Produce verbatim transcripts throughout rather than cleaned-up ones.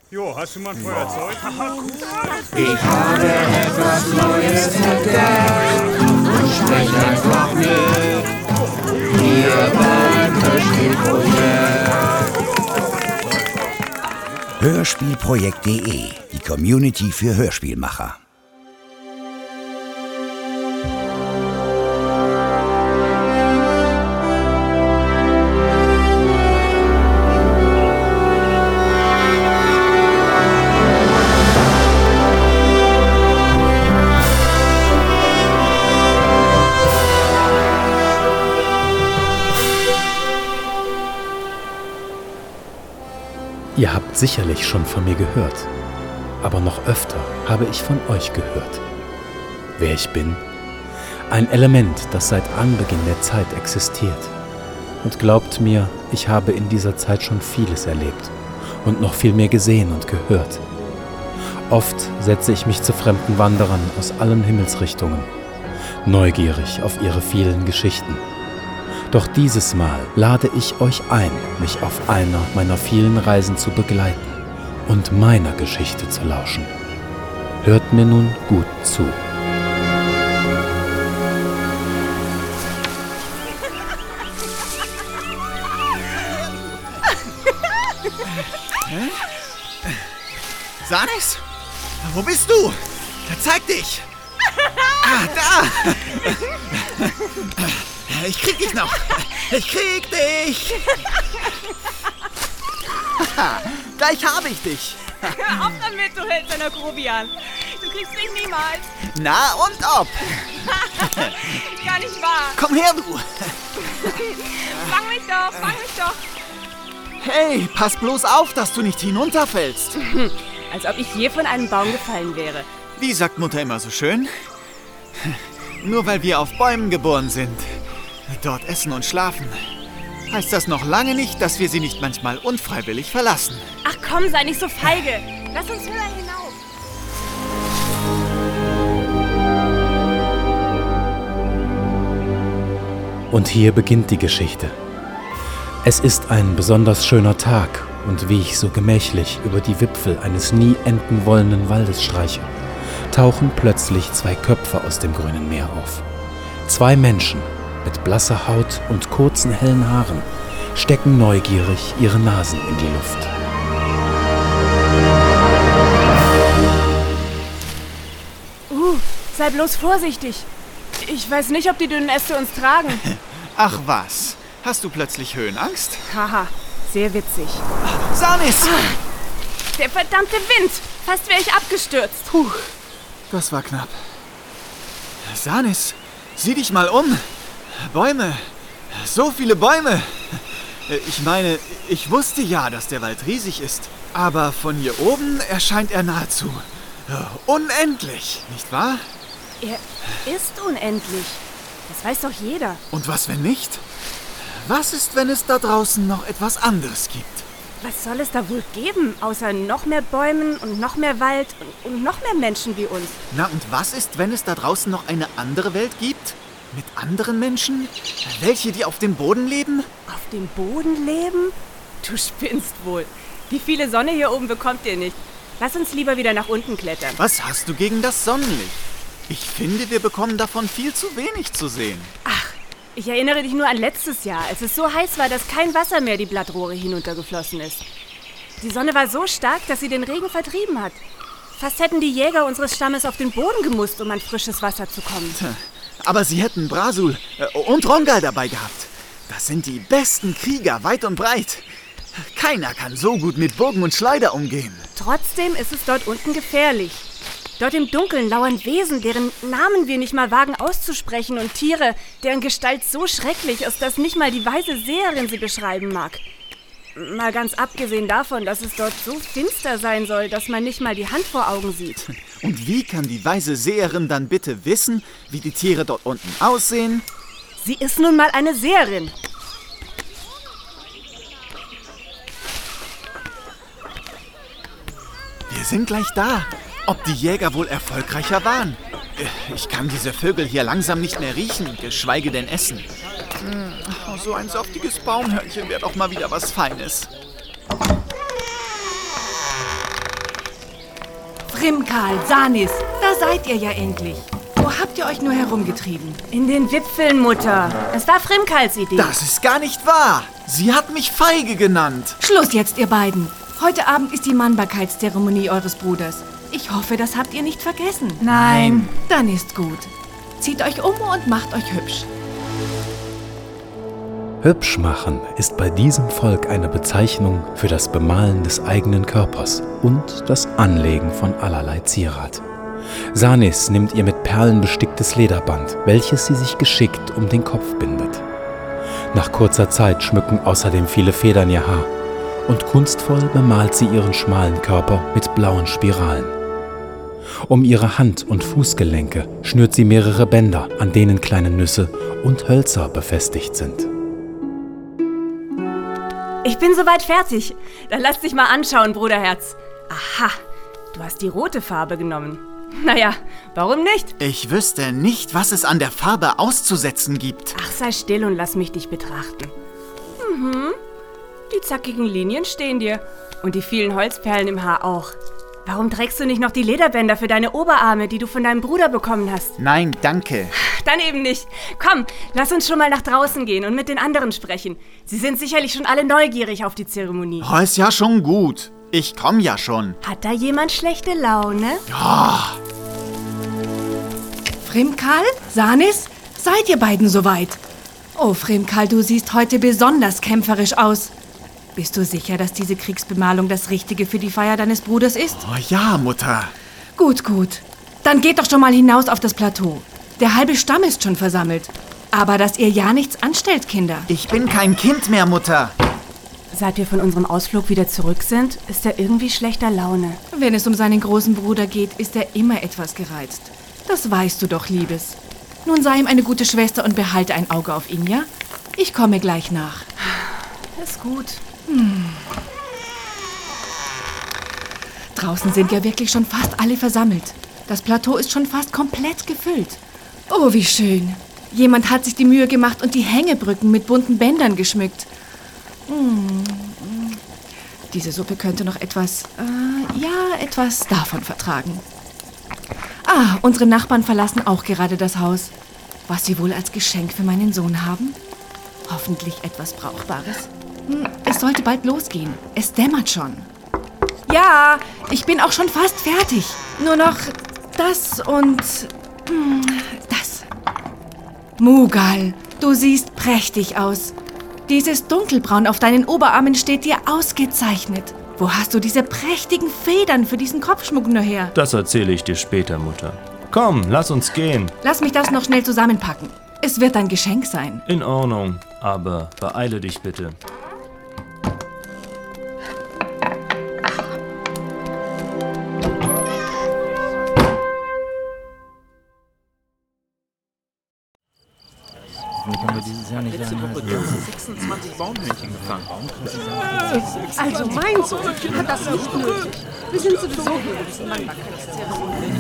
Jo, hast du mal ein Feuerzeug? Ich habe etwas Neues entdeckt und spreche einfach mit. Hier beim Hörspielprojekt. Hörspielprojekt punkt de, die Community für Hörspielmacher. Ihr habt sicherlich schon von mir gehört, aber noch öfter habe ich von euch gehört. Wer ich bin? Ein Element, das seit Anbeginn der Zeit existiert. Und glaubt mir, ich habe in dieser Zeit schon vieles erlebt und noch viel mehr gesehen und gehört. Oft setze ich mich zu fremden Wanderern aus allen Himmelsrichtungen, neugierig auf ihre vielen Geschichten. Doch dieses Mal lade ich euch ein, mich auf einer meiner vielen Reisen zu begleiten und meiner Geschichte zu lauschen. Hört mir nun gut zu. Sanis? Wo bist du? Da zeig dich! Ah, da! Ich krieg dich noch! Ich krieg dich! Gleich habe ich dich! Hör auf damit, du hölzerner Grobian! Du kriegst mich niemals! Na und ob! Gar nicht wahr! Komm her, du! Fang mich doch, fang mich doch! Hey, pass bloß auf, dass du nicht hinunterfällst! Als ob ich je von einem Baum gefallen wäre. Wie sagt Mutter immer so schön? Nur weil wir auf Bäumen geboren sind, dort essen und schlafen, heißt das noch lange nicht, dass wir sie nicht manchmal unfreiwillig verlassen. Ach komm, sei nicht so feige. Lass uns höher hinauf. Und hier beginnt die Geschichte. Es ist ein besonders schöner Tag und wie ich so gemächlich über die Wipfel eines nie enden wollenden Waldes streiche, tauchen plötzlich zwei Köpfe aus dem grünen Meer auf. Zwei Menschen mit blasser Haut und kurzen hellen Haaren stecken neugierig ihre Nasen in die Luft. Uh, sei bloß vorsichtig. Ich weiß nicht, ob die dünnen Äste uns tragen. Ach was, hast du plötzlich Höhenangst? Haha, sehr witzig. Sanis! Ah, der verdammte Wind! Fast wäre ich abgestürzt. Puh, das war knapp. Sanis, sieh dich mal um. Bäume, so viele Bäume. Ich meine, ich wusste ja, dass der Wald riesig ist. Aber von hier oben erscheint er nahezu unendlich, nicht wahr? Er ist unendlich. Das weiß doch jeder. Und was, wenn nicht? Was ist, wenn es da draußen noch etwas anderes gibt? Was soll es da wohl geben, außer noch mehr Bäumen und noch mehr Wald und, und noch mehr Menschen wie uns? Na, und was ist, wenn es da draußen noch eine andere Welt gibt? Mit anderen Menschen? Welche, die auf dem Boden leben? Auf dem Boden leben? Du spinnst wohl. Die viele Sonne hier oben bekommt ihr nicht. Lass uns lieber wieder nach unten klettern. Was hast du gegen das Sonnenlicht? Ich finde, wir bekommen davon viel zu wenig zu sehen. Ach, ich erinnere dich nur an letztes Jahr, als es so heiß war, dass kein Wasser mehr die Blattrohre hinuntergeflossen ist. Die Sonne war so stark, dass sie den Regen vertrieben hat. Fast hätten die Jäger unseres Stammes auf den Boden gemusst, um an frisches Wasser zu kommen. Aber sie hätten Brasul äh, und Rongal dabei gehabt. Das sind die besten Krieger, weit und breit. Keiner kann so gut mit Bogen und Schleuder umgehen. Trotzdem ist es dort unten gefährlich. Dort im Dunkeln lauern Wesen, deren Namen wir nicht mal wagen auszusprechen, und Tiere, deren Gestalt so schrecklich ist, dass nicht mal die weise Seherin sie beschreiben mag. Mal ganz abgesehen davon, dass es dort so finster sein soll, dass man nicht mal die Hand vor Augen sieht. Und wie kann die weise Seherin dann bitte wissen, wie die Tiere dort unten aussehen? Sie ist nun mal eine Seherin. Wir sind gleich da. Ob die Jäger wohl erfolgreicher waren? Ich kann diese Vögel hier langsam nicht mehr riechen, geschweige denn essen. Oh, so ein saftiges Baumhörnchen wäre doch mal wieder was Feines. Frimkal, Sanis, da seid ihr ja endlich. Wo habt ihr euch nur herumgetrieben? In den Wipfeln, Mutter. Es war Frimkals Idee. Das ist gar nicht wahr. Sie hat mich feige genannt. Schluss jetzt, ihr beiden. Heute Abend ist die Mannbarkeitszeremonie eures Bruders. Ich hoffe, das habt ihr nicht vergessen. Nein. Dann ist gut. Zieht euch um und macht euch hübsch. Hübsch machen ist bei diesem Volk eine Bezeichnung für das Bemalen des eigenen Körpers und das Anlegen von allerlei Zierat. Sanis nimmt ihr mit Perlen besticktes Lederband, welches sie sich geschickt um den Kopf bindet. Nach kurzer Zeit schmücken außerdem viele Federn ihr Haar und kunstvoll bemalt sie ihren schmalen Körper mit blauen Spiralen. Um ihre Hand- und Fußgelenke schnürt sie mehrere Bänder, an denen kleine Nüsse und Hölzer befestigt sind. Ich bin soweit fertig. Dann lass dich mal anschauen, Bruderherz. Aha, du hast die rote Farbe genommen. Naja, warum nicht? Ich wüsste nicht, was es an der Farbe auszusetzen gibt. Ach, sei still und lass mich dich betrachten. Mhm, die zackigen Linien stehen dir. Und die vielen Holzperlen im Haar auch. Warum trägst du nicht noch die Lederbänder für deine Oberarme, die du von deinem Bruder bekommen hast? Nein, danke. Dann eben nicht. Komm, lass uns schon mal nach draußen gehen und mit den anderen sprechen. Sie sind sicherlich schon alle neugierig auf die Zeremonie. Oh, ist ja schon gut. Ich komm ja schon. Hat da jemand schlechte Laune? Ja. Frimkal, Sanis, seid ihr beiden soweit? Oh, Frimkal, du siehst heute besonders kämpferisch aus. Bist du sicher, dass diese Kriegsbemalung das Richtige für die Feier deines Bruders ist? Oh ja, Mutter. Gut, gut. Dann geht doch schon mal hinaus auf das Plateau. Der halbe Stamm ist schon versammelt. Aber dass ihr ja nichts anstellt, Kinder. Ich bin kein Kind mehr, Mutter. Seit wir von unserem Ausflug wieder zurück sind, ist er irgendwie schlechter Laune. Wenn es um seinen großen Bruder geht, ist er immer etwas gereizt. Das weißt du doch, Liebes. Nun sei ihm eine gute Schwester und behalte ein Auge auf ihn, ja? Ich komme gleich nach. Ist gut. Hm. Draußen sind ja wirklich schon fast alle versammelt. Das Plateau ist schon fast komplett gefüllt. Oh, wie schön. Jemand hat sich die Mühe gemacht und die Hängebrücken mit bunten Bändern geschmückt. Hm. Diese Suppe könnte noch etwas, äh, ja, etwas davon vertragen. Ah, unsere Nachbarn verlassen auch gerade das Haus. Was sie wohl als Geschenk für meinen Sohn haben? Hoffentlich etwas Brauchbares. Hm, es sollte bald losgehen. Es dämmert schon. Ja, ich bin auch schon fast fertig. Nur noch das und hm, das. Mughal, du siehst prächtig aus. Dieses Dunkelbraun auf deinen Oberarmen steht dir ausgezeichnet. Wo hast du diese prächtigen Federn für diesen Kopfschmuck nur her? Das erzähle ich dir später, Mutter. Komm, lass uns gehen. Lass mich das noch schnell zusammenpacken. Es wird ein Geschenk sein. In Ordnung, aber beeile dich bitte. Haben wir dieses Jahr nicht letzte Woche sechsundzwanzig Baumhörnchen gefangen. Also mein Sohn hat das nicht nötig. Wir sind sowieso hier in diesem Mannbarkeitszeremonie.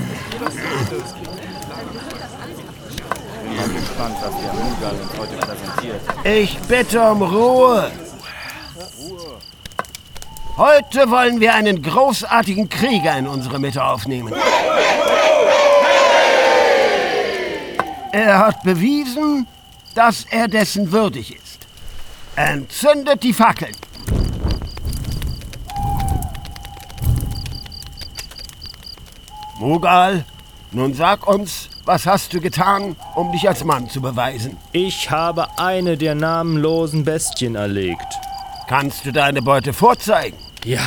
Ich bin mal gespannt, was der Mughal uns heute präsentiert. Ich bitte um Ruhe. Heute wollen wir einen großartigen Krieger in unsere Mitte aufnehmen. Er hat bewiesen, dass er dessen würdig ist. Entzündet die Fackeln. Mughal, nun sag uns, was hast du getan, um dich als Mann zu beweisen? Ich habe eine der namenlosen Bestien erlegt. Kannst du deine Beute vorzeigen? Ja.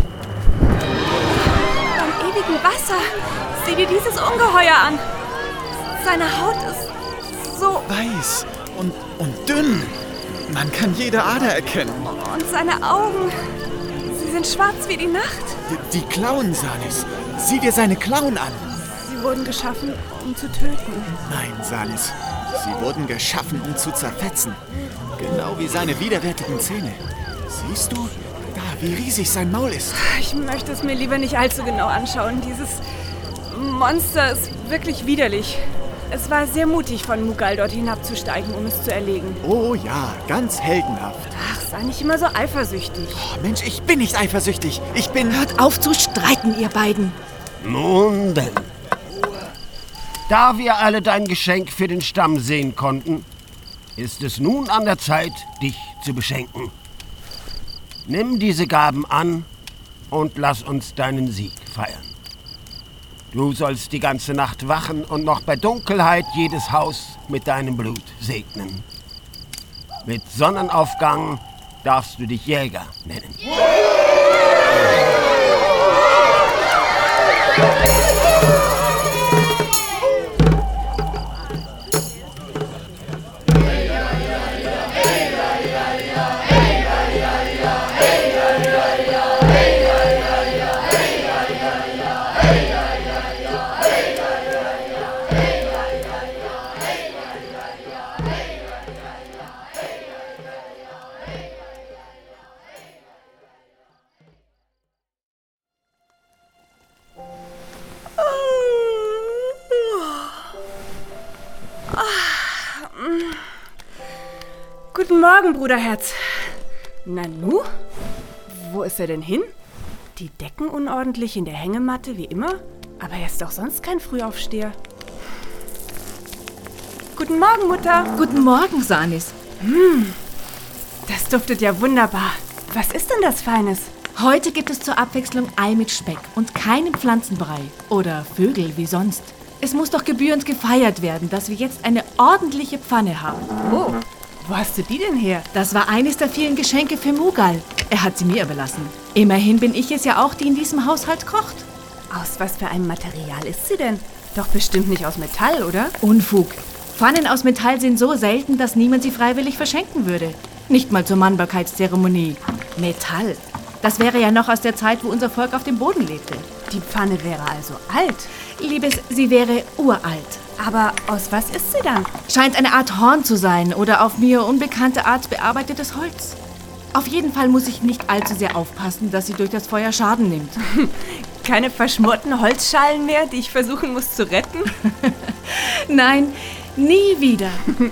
Beim ewigen Wasser. Sieh dir dieses Ungeheuer an. Seine Haut ist so... Weiß und, und dünn. Man kann jede Ader erkennen. Und seine Augen, sie sind schwarz wie die Nacht. Die, die Klauen, Sanis. Sieh dir seine Klauen an. Sie wurden geschaffen, um zu töten. Nein, Sanis. Sie wurden geschaffen, um zu zerfetzen. Genau wie seine widerwärtigen Zähne. Siehst du? Da, wie riesig sein Maul ist. Ich möchte es mir lieber nicht allzu genau anschauen. Dieses Monster ist wirklich widerlich. Es war sehr mutig von Mughal, dort hinabzusteigen, um es zu erlegen. Oh ja, ganz heldenhaft. Ach, sei nicht immer so eifersüchtig. Oh, Mensch, ich bin nicht eifersüchtig. Ich bin... Hört auf zu streiten, ihr beiden. Nun denn. Da wir alle dein Geschenk für den Stamm sehen konnten, ist es nun an der Zeit, dich zu beschenken. Nimm diese Gaben an und lass uns deinen Sieg feiern. Du sollst die ganze Nacht wachen und noch bei Dunkelheit jedes Haus mit deinem Blut segnen. Mit Sonnenaufgang darfst du dich Jäger nennen. Guten Morgen, Bruderherz. Nanu? Wo ist er denn hin? Die Decken unordentlich in der Hängematte, wie immer? Aber er ist doch sonst kein Frühaufsteher. Guten Morgen, Mutter. Guten Morgen, Sanis. Hm, das duftet ja wunderbar. Was ist denn das Feines? Heute gibt es zur Abwechslung Ei mit Speck und keinen Pflanzenbrei oder Vögel wie sonst. Es muss doch gebührend gefeiert werden, dass wir jetzt eine ordentliche Pfanne haben. Oh, wo hast du die denn her? Das war eines der vielen Geschenke für Mughal. Er hat sie mir überlassen. Immerhin bin ich es ja auch, die in diesem Haushalt kocht. Aus was für einem Material ist sie denn? Doch bestimmt nicht aus Metall, oder? Unfug. Pfannen aus Metall sind so selten, dass niemand sie freiwillig verschenken würde. Nicht mal zur Mannbarkeitszeremonie. Metall. Das wäre ja noch aus der Zeit, wo unser Volk auf dem Boden lebte. Die Pfanne wäre also alt. Liebes, sie wäre uralt. Aber aus was ist sie dann? Scheint eine Art Horn zu sein oder auf mir unbekannte Art bearbeitetes Holz. Auf jeden Fall muss ich nicht allzu sehr aufpassen, dass sie durch das Feuer Schaden nimmt. Keine verschmorten Holzschalen mehr, die ich versuchen muss zu retten? Nein, nie wieder.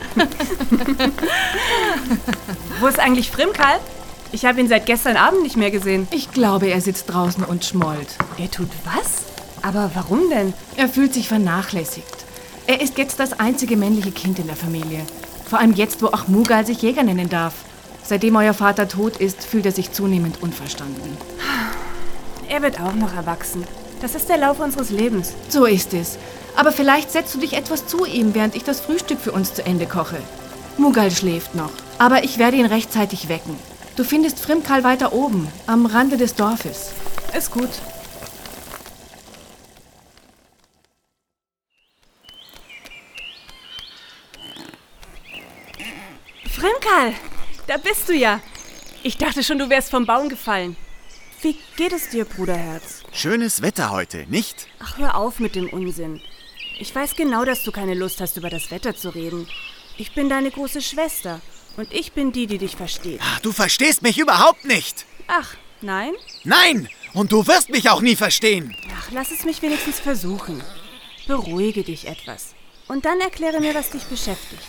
Wo ist eigentlich Frimkal? Ich habe ihn seit gestern Abend nicht mehr gesehen. Ich glaube, er sitzt draußen und schmollt. Er tut was? Aber warum denn? Er fühlt sich vernachlässigt. Er ist jetzt das einzige männliche Kind in der Familie. Vor allem jetzt, wo auch Mughal sich Jäger nennen darf. Seitdem euer Vater tot ist, fühlt er sich zunehmend unverstanden. Er wird auch noch erwachsen. Das ist der Lauf unseres Lebens. So ist es. Aber vielleicht setzt du dich etwas zu ihm, während ich das Frühstück für uns zu Ende koche. Mughal schläft noch, aber ich werde ihn rechtzeitig wecken. Du findest Frimkal weiter oben, am Rande des Dorfes. Ist gut. Frimkal, da bist du ja. Ich dachte schon, du wärst vom Baum gefallen. Wie geht es dir, Bruderherz? Schönes Wetter heute, nicht? Ach, hör auf mit dem Unsinn. Ich weiß genau, dass du keine Lust hast, über das Wetter zu reden. Ich bin deine große Schwester und ich bin die, die dich versteht. Ach, du verstehst mich überhaupt nicht. Ach, nein? Nein! Und du wirst mich auch nie verstehen. Ach, lass es mich wenigstens versuchen. Beruhige dich etwas. Und dann erkläre mir, was dich beschäftigt.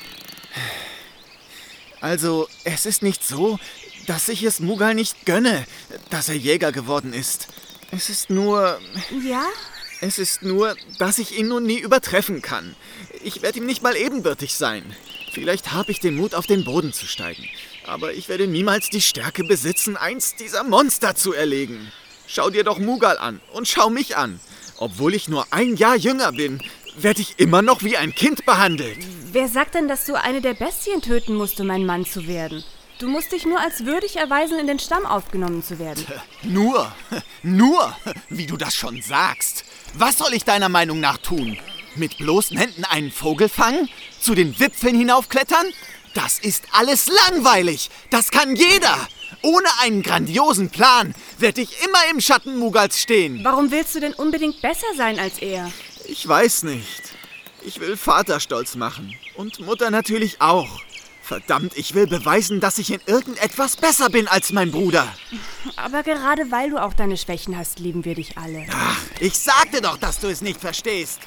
Also, es ist nicht so, dass ich es Mughal nicht gönne, dass er Jäger geworden ist. Es ist nur... Ja? Es ist nur, dass ich ihn nun nie übertreffen kann. Ich werde ihm nicht mal ebenbürtig sein. Vielleicht habe ich den Mut, auf den Boden zu steigen. Aber ich werde niemals die Stärke besitzen, eins dieser Monster zu erlegen. Schau dir doch Mughal an und schau mich an. Obwohl ich nur ein Jahr jünger bin, werde ich immer noch wie ein Kind behandelt. Wer sagt denn, dass du eine der Bestien töten musst, um ein Mann zu werden? Du musst dich nur als würdig erweisen, in den Stamm aufgenommen zu werden. Nur, nur, wie du das schon sagst. Was soll ich deiner Meinung nach tun? Mit bloßen Händen einen Vogel fangen? Zu den Wipfeln hinaufklettern? Das ist alles langweilig. Das kann jeder. Ohne einen grandiosen Plan werde ich immer im Schatten Mughals stehen. Warum willst du denn unbedingt besser sein als er? Ich weiß nicht. Ich will Vater stolz machen. Und Mutter natürlich auch. Verdammt, ich will beweisen, dass ich in irgendetwas besser bin als mein Bruder. Aber gerade weil du auch deine Schwächen hast, lieben wir dich alle. Ach, ich sagte doch, dass du es nicht verstehst.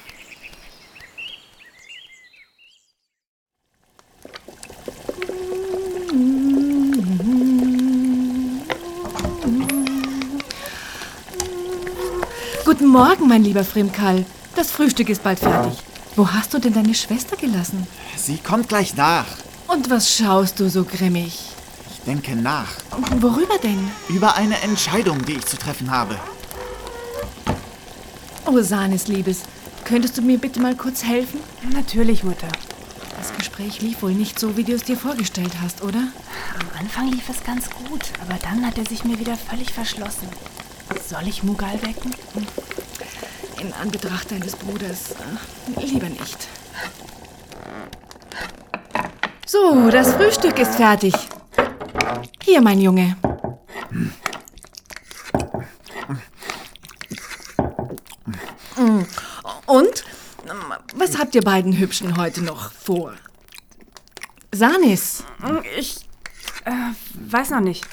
Guten Morgen, mein lieber Frimkal. Das Frühstück ist bald fertig. Wo hast du denn deine Schwester gelassen? Sie kommt gleich nach. Und was schaust du so grimmig? Ich denke nach. Worüber denn? Über eine Entscheidung, die ich zu treffen habe. Oh, Sanis Liebes, könntest du mir bitte mal kurz helfen? Natürlich, Mutter. Das Gespräch lief wohl nicht so, wie du es dir vorgestellt hast, oder? Am Anfang lief es ganz gut, aber dann hat er sich mir wieder völlig verschlossen. Soll ich Mughal wecken? In Anbetracht deines Bruders, äh, lieber nicht. So, das Frühstück ist fertig. Hier, mein Junge. Und? Was habt ihr beiden Hübschen heute noch vor? Sanis. Ich äh, weiß noch nicht.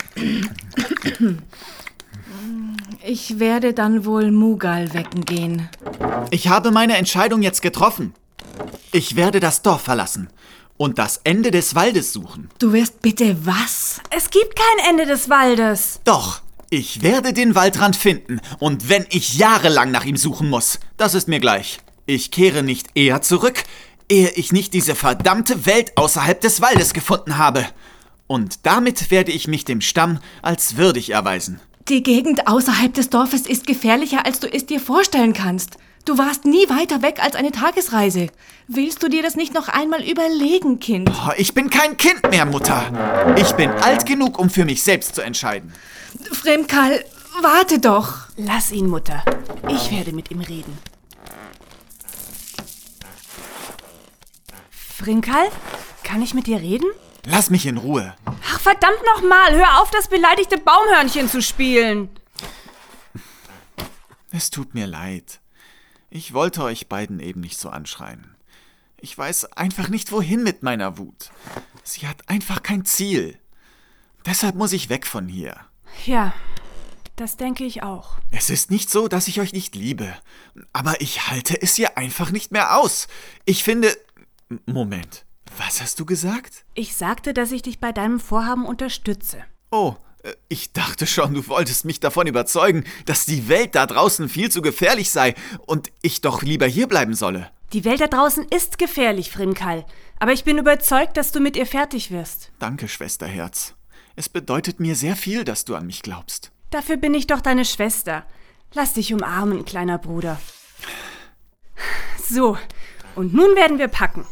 Ich werde dann wohl Mughal wecken gehen. Ich habe meine Entscheidung jetzt getroffen. Ich werde das Dorf verlassen und das Ende des Waldes suchen. Du wirst bitte was? Es gibt kein Ende des Waldes. Doch, ich werde den Waldrand finden. Und wenn ich jahrelang nach ihm suchen muss, das ist mir gleich. Ich kehre nicht eher zurück, ehe ich nicht diese verdammte Welt außerhalb des Waldes gefunden habe. Und damit werde ich mich dem Stamm als würdig erweisen. Die Gegend außerhalb des Dorfes ist gefährlicher, als du es dir vorstellen kannst. Du warst nie weiter weg als eine Tagesreise. Willst du dir das nicht noch einmal überlegen, Kind? Oh, ich bin kein Kind mehr, Mutter. Ich bin alt genug, um für mich selbst zu entscheiden. Frimkal, warte doch. Lass ihn, Mutter. Ich werde mit ihm reden. Frimkal, kann ich mit dir reden? Lass mich in Ruhe. Ach, verdammt nochmal, hör auf, das beleidigte Baumhörnchen zu spielen. Es tut mir leid. Ich wollte euch beiden eben nicht so anschreien. Ich weiß einfach nicht, wohin mit meiner Wut. Sie hat einfach kein Ziel. Deshalb muss ich weg von hier. Ja, das denke ich auch. Es ist nicht so, dass ich euch nicht liebe. Aber ich halte es hier einfach nicht mehr aus. Ich finde... Moment, was hast du gesagt? Ich sagte, dass ich dich bei deinem Vorhaben unterstütze. Oh, ich dachte schon, du wolltest mich davon überzeugen, dass die Welt da draußen viel zu gefährlich sei und ich doch lieber hier bleiben solle. Die Welt da draußen ist gefährlich, Frimkal. Aber ich bin überzeugt, dass du mit ihr fertig wirst. Danke, Schwesterherz. Es bedeutet mir sehr viel, dass du an mich glaubst. Dafür bin ich doch deine Schwester. Lass dich umarmen, kleiner Bruder. So, und nun werden wir packen.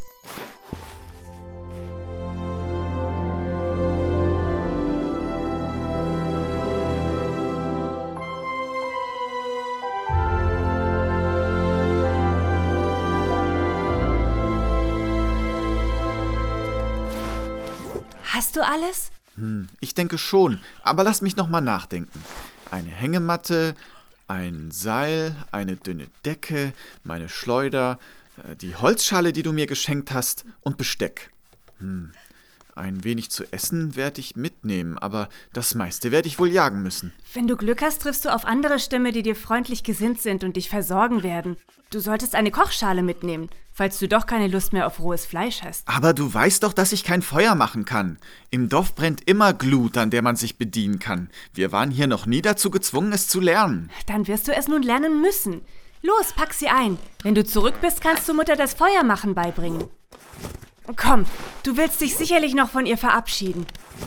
Hast du alles? Hm, ich denke schon, aber lass mich noch mal nachdenken. Eine Hängematte, ein Seil, eine dünne Decke, meine Schleuder, die Holzschale, die du mir geschenkt hast und Besteck. Hm, ein wenig zu essen werde ich mitnehmen, aber das meiste werde ich wohl jagen müssen. Wenn du Glück hast, triffst du auf andere Stämme, die dir freundlich gesinnt sind und dich versorgen werden. Du solltest eine Kochschale mitnehmen, falls du doch keine Lust mehr auf rohes Fleisch hast. Aber du weißt doch, dass ich kein Feuer machen kann. Im Dorf brennt immer Glut, an der man sich bedienen kann. Wir waren hier noch nie dazu gezwungen, es zu lernen. Dann wirst du es nun lernen müssen. Los, pack sie ein. Wenn du zurück bist, kannst du Mutter das Feuermachen beibringen. Komm, du willst dich sicherlich noch von ihr verabschieden.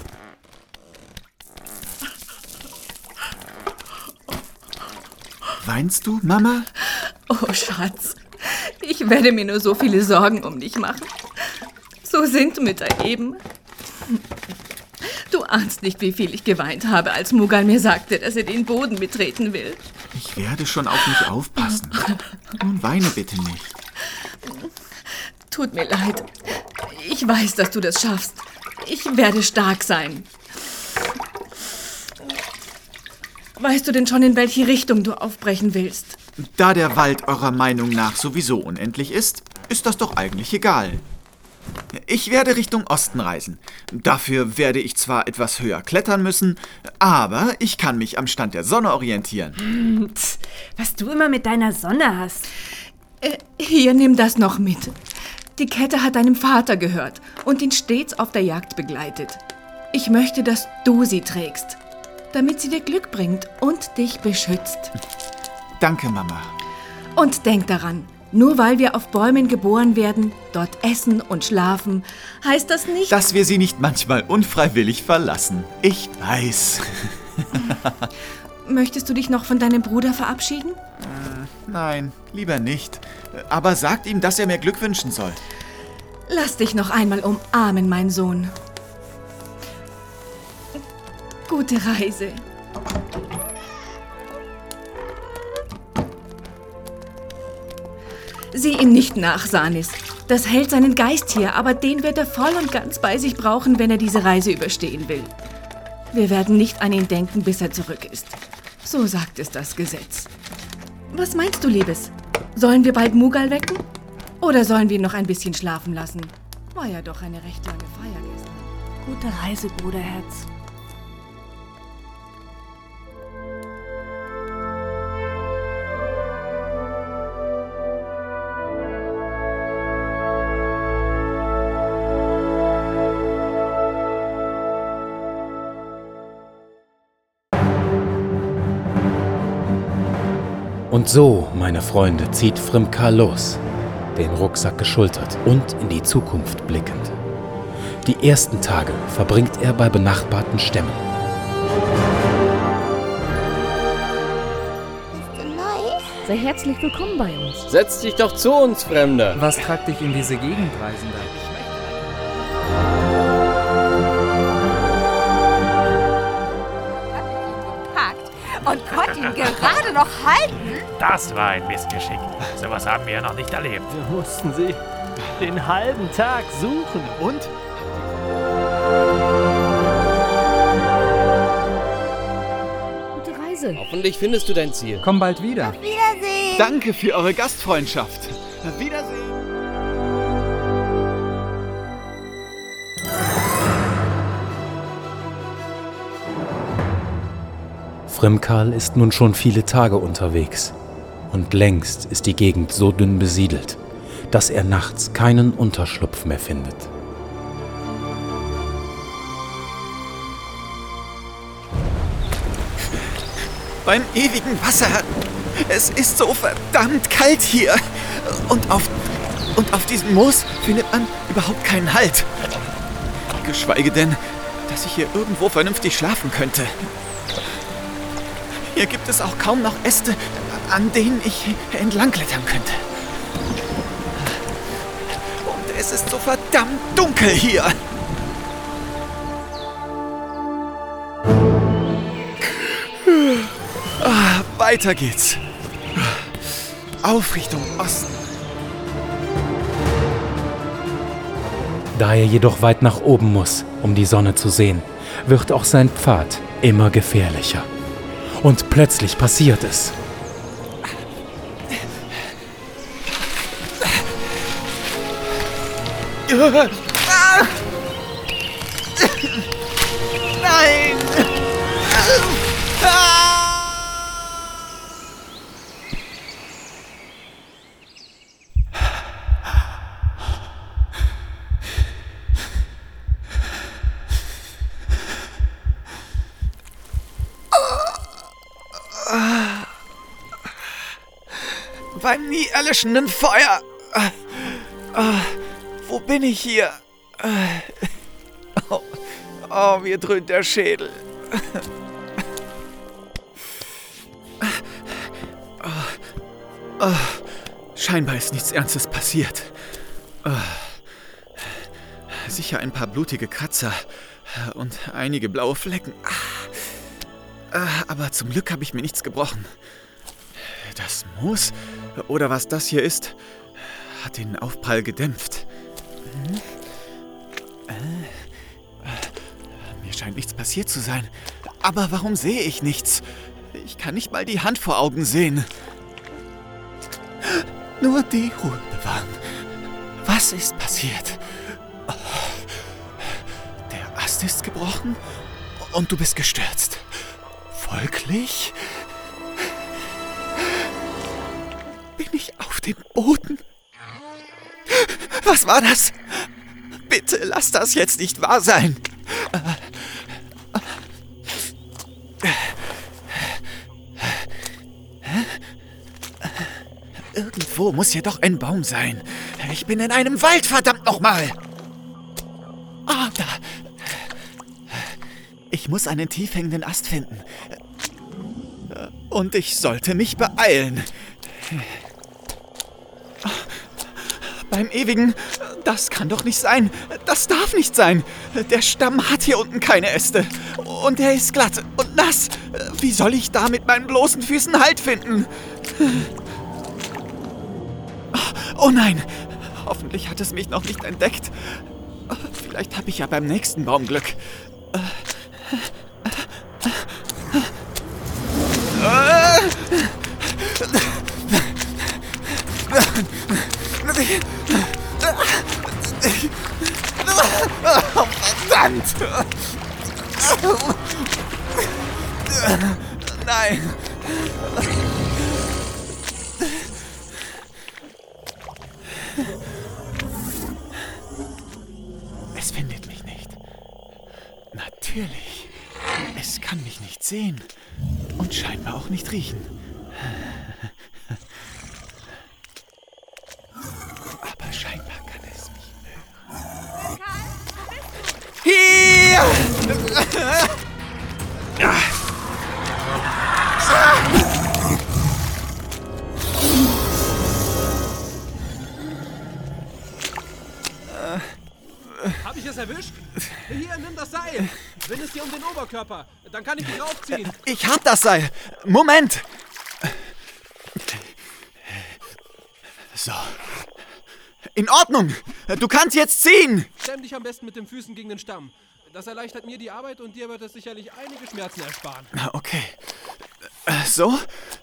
Weinst du, Mama? Oh, Schatz, ich werde mir nur so viele Sorgen um dich machen. So sind Mütter eben. Du ahnst nicht, wie viel ich geweint habe, als Mughal mir sagte, dass er den Boden betreten will. Ich werde schon auf mich aufpassen. Nun weine bitte nicht. Tut mir leid. Ich weiß, dass du das schaffst. Ich werde stark sein. Weißt du denn schon, in welche Richtung du aufbrechen willst? Da der Wald eurer Meinung nach sowieso unendlich ist, ist das doch eigentlich egal. Ich werde Richtung Osten reisen. Dafür werde ich zwar etwas höher klettern müssen, aber ich kann mich am Stand der Sonne orientieren. Was du immer mit deiner Sonne hast. Äh, hier, nimm das noch mit. Die Kette hat deinem Vater gehört und ihn stets auf der Jagd begleitet. Ich möchte, dass du sie trägst, damit sie dir Glück bringt und dich beschützt. Danke, Mama. Und denk daran, nur weil wir auf Bäumen geboren werden, dort essen und schlafen, heißt das nicht, dass wir sie nicht manchmal unfreiwillig verlassen. Ich weiß. Möchtest du dich noch von deinem Bruder verabschieden? Äh, nein, lieber nicht. Aber sagt ihm, dass er mir Glück wünschen soll. Lass dich noch einmal umarmen, mein Sohn. Gute Reise. Sieh ihm nicht nach, Sanis. Das hält seinen Geist hier, aber den wird er voll und ganz bei sich brauchen, wenn er diese Reise überstehen will. Wir werden nicht an ihn denken, bis er zurück ist. So sagt es das Gesetz. Was meinst du, Liebes? Sollen wir bald Mughal wecken? Oder sollen wir ihn noch ein bisschen schlafen lassen? War ja doch eine recht lange Feier gestern. Gute Reise, Bruderherz. Und so, meine Freunde, zieht Frimkal los, den Rucksack geschultert und in die Zukunft blickend. Die ersten Tage verbringt er bei benachbarten Stämmen. Sei herzlich willkommen bei uns. Setz dich doch zu uns, Fremder. Was treibt dich in diese Gegend, Reisender? Und konnte ihn gerade noch halten. Das war ein Missgeschick. Sowas haben wir ja noch nicht erlebt. Wir mussten sie den halben Tag suchen. Und? Gute Reise. Hoffentlich findest du dein Ziel. Komm bald wieder. Auf Wiedersehen. Danke für eure Gastfreundschaft. Auf Wiedersehen. Frimkal ist nun schon viele Tage unterwegs und längst ist die Gegend so dünn besiedelt, dass er nachts keinen Unterschlupf mehr findet. Beim ewigen Wasser. Es ist so verdammt kalt hier. Und auf, und auf diesem Moos findet man überhaupt keinen Halt. Geschweige denn, dass ich hier irgendwo vernünftig schlafen könnte. Hier gibt es auch kaum noch Äste, an denen ich entlangglettern könnte. Und es ist so verdammt dunkel hier. Ah, weiter geht's. Auf Richtung Osten. Da er jedoch weit nach oben muss, um die Sonne zu sehen, wird auch sein Pfad immer gefährlicher. Und plötzlich passiert es. Nein! Beim nie erlöschenden Feuer. Wo bin ich hier? Oh, oh, mir dröhnt der Schädel. Oh, oh, scheinbar ist nichts Ernstes passiert. Oh, sicher ein paar blutige Kratzer und einige blaue Flecken. Aber zum Glück habe ich mir nichts gebrochen. Das Moos, oder was das hier ist, hat den Aufprall gedämpft. Hm? Äh, mir scheint nichts passiert zu sein. Aber warum sehe ich nichts? Ich kann nicht mal die Hand vor Augen sehen. Nur die Ruhe bewahren. Was ist passiert? Der Ast ist gebrochen und du bist gestürzt. Folglich bin ich auf dem Boden. Was war das? Bitte lass das jetzt nicht wahr sein. Irgendwo muss hier doch ein Baum sein. Ich bin in einem Wald, verdammt nochmal. Ah, da. Ich muss einen tief hängenden Ast finden. Und ich sollte mich beeilen. Beim Ewigen, das kann doch nicht sein. Das darf nicht sein. Der Stamm hat hier unten keine Äste. Und er ist glatt und nass. Wie soll ich da mit meinen bloßen Füßen Halt finden? Oh nein, hoffentlich hat es mich noch nicht entdeckt. Vielleicht habe ich ja beim nächsten Baum Glück. Oh, verdammt! Nein! Es findet mich nicht. Natürlich. Es kann mich nicht sehen. Und scheinbar auch nicht riechen. Aber scheinbar kann es mich hören. Hier! Hab ich es erwischt? Hier, nimm das Seil. Bind es dir um den Oberkörper. Dann kann ich dich raufziehen. Ich hab das Seil. Moment. So. In Ordnung. Du kannst jetzt ziehen. Stemm dich am besten mit den Füßen gegen den Stamm. Das erleichtert mir die Arbeit und dir wird es sicherlich einige Schmerzen ersparen. Okay. So?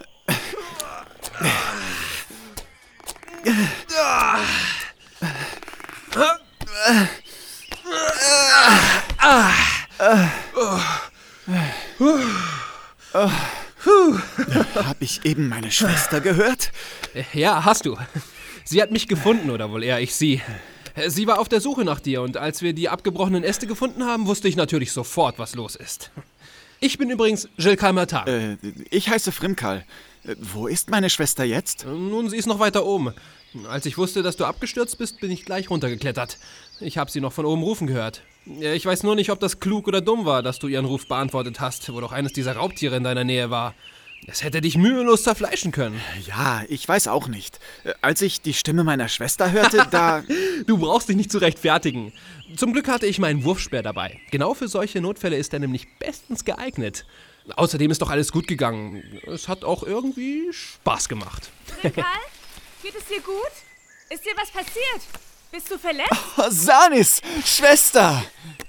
Hab ich eben meine Schwester gehört? Ja, hast du. Sie hat mich gefunden, oder wohl eher ich sie. Sie war auf der Suche nach dir und als wir die abgebrochenen Äste gefunden haben, wusste ich natürlich sofort, was los ist. Ich bin übrigens Jilkal Matan. Äh, ich heiße Frimkal. Wo ist meine Schwester jetzt? Nun, sie ist noch weiter oben. Als ich wusste, dass du abgestürzt bist, bin ich gleich runtergeklettert. Ich habe sie noch von oben rufen gehört. Ich weiß nur nicht, ob das klug oder dumm war, dass du ihren Ruf beantwortet hast, wo doch eines dieser Raubtiere in deiner Nähe war. Es hätte dich mühelos zerfleischen können. Ja, ich weiß auch nicht. Als ich die Stimme meiner Schwester hörte, da... Du brauchst dich nicht zu rechtfertigen. Zum Glück hatte ich meinen Wurfspeer dabei. Genau für solche Notfälle ist er nämlich bestens geeignet. Außerdem ist doch alles gut gegangen. Es hat auch irgendwie Spaß gemacht. Karl, geht es dir gut? Ist dir was passiert? Bist du verletzt? Oh, Sanis, Schwester!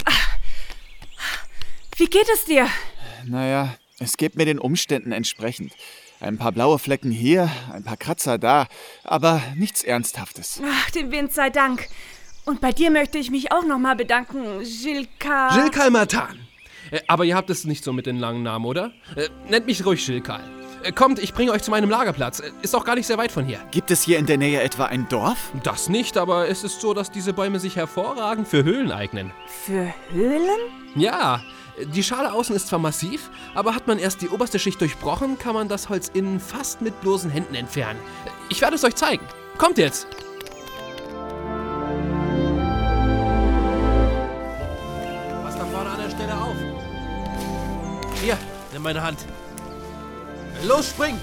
Wie geht es dir? Naja, es geht mir den Umständen entsprechend. Ein paar blaue Flecken hier, ein paar Kratzer da, aber nichts Ernsthaftes. Ach, dem Wind sei Dank. Und bei dir möchte ich mich auch nochmal bedanken, Jilkal. Jilkal Matan. Aber ihr habt es nicht so mit den langen Namen, oder? Äh, nennt mich ruhig Jilkal. Äh, kommt, ich bringe euch zu meinem Lagerplatz. Äh, ist auch gar nicht sehr weit von hier. Gibt es hier in der Nähe etwa ein Dorf? Das nicht, aber es ist so, dass diese Bäume sich hervorragend für Höhlen eignen. Für Höhlen? Ja, die Schale außen ist zwar massiv, aber hat man erst die oberste Schicht durchbrochen, kann man das Holz innen fast mit bloßen Händen entfernen. Ich werde es euch zeigen. Kommt jetzt! Passt da vorne an der Stelle auf. Hier, nimm meine Hand. Los, spring!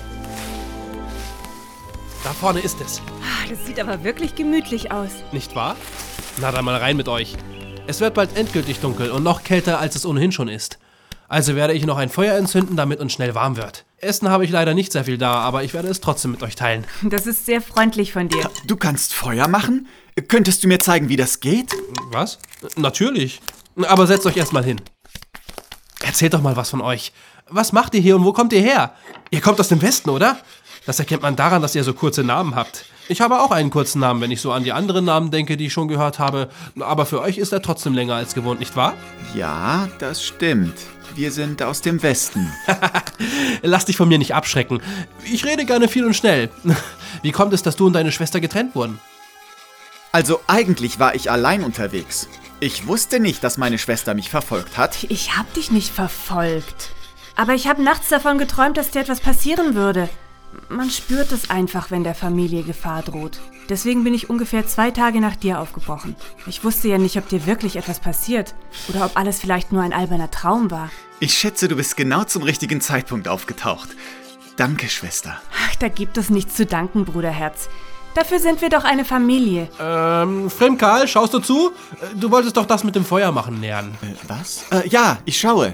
Da vorne ist es. Das sieht aber wirklich gemütlich aus. Nicht wahr? Na dann mal rein mit euch. Es wird bald endgültig dunkel und noch kälter, als es ohnehin schon ist. Also werde ich noch ein Feuer entzünden, damit uns schnell warm wird. Essen habe ich leider nicht sehr viel da, aber ich werde es trotzdem mit euch teilen. Das ist sehr freundlich von dir. Du kannst Feuer machen? Könntest du mir zeigen, wie das geht? Was? Natürlich. Aber setzt euch erst mal hin. Erzählt doch mal was von euch. Was macht ihr hier und wo kommt ihr her? Ihr kommt aus dem Westen, oder? Das erkennt man daran, dass ihr so kurze Namen habt. Ich habe auch einen kurzen Namen, wenn ich so an die anderen Namen denke, die ich schon gehört habe. Aber für euch ist er trotzdem länger als gewohnt, nicht wahr? Ja, das stimmt. Wir sind aus dem Westen. Lass dich von mir nicht abschrecken. Ich rede gerne viel und schnell. Wie kommt es, dass du und deine Schwester getrennt wurden? Also eigentlich war ich allein unterwegs. Ich wusste nicht, dass meine Schwester mich verfolgt hat. Ich hab dich nicht verfolgt. Aber ich habe nachts davon geträumt, dass dir etwas passieren würde. Man spürt es einfach, wenn der Familie Gefahr droht. Deswegen bin ich ungefähr zwei Tage nach dir aufgebrochen. Ich wusste ja nicht, ob dir wirklich etwas passiert oder ob alles vielleicht nur ein alberner Traum war. Ich schätze, du bist genau zum richtigen Zeitpunkt aufgetaucht. Danke, Schwester. Ach, da gibt es nichts zu danken, Bruderherz. Dafür sind wir doch eine Familie. Ähm, Fremdkarl, schaust du zu? Du wolltest doch das mit dem Feuer machen lernen. Äh, was? Äh, ja, ich schaue.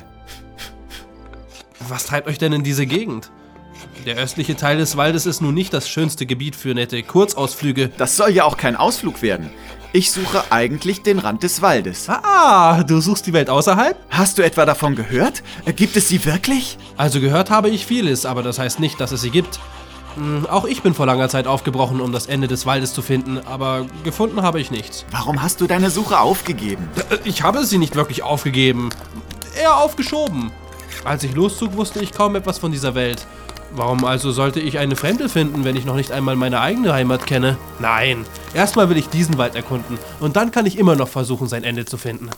Was treibt euch denn in diese Gegend? Der östliche Teil des Waldes ist nun nicht das schönste Gebiet für nette Kurzausflüge. Das soll ja auch kein Ausflug werden. Ich suche eigentlich den Rand des Waldes. Ah, du suchst die Welt außerhalb? Hast du etwa davon gehört? Gibt es sie wirklich? Also gehört habe ich vieles, aber das heißt nicht, dass es sie gibt. Auch ich bin vor langer Zeit aufgebrochen, um das Ende des Waldes zu finden, aber gefunden habe ich nichts. Warum hast du deine Suche aufgegeben? Ich habe sie nicht wirklich aufgegeben, eher aufgeschoben. Als ich loszog, wusste ich kaum etwas von dieser Welt. Warum also sollte ich eine Fremde finden, wenn ich noch nicht einmal meine eigene Heimat kenne? Nein, erstmal will ich diesen Wald erkunden und dann kann ich immer noch versuchen, sein Ende zu finden.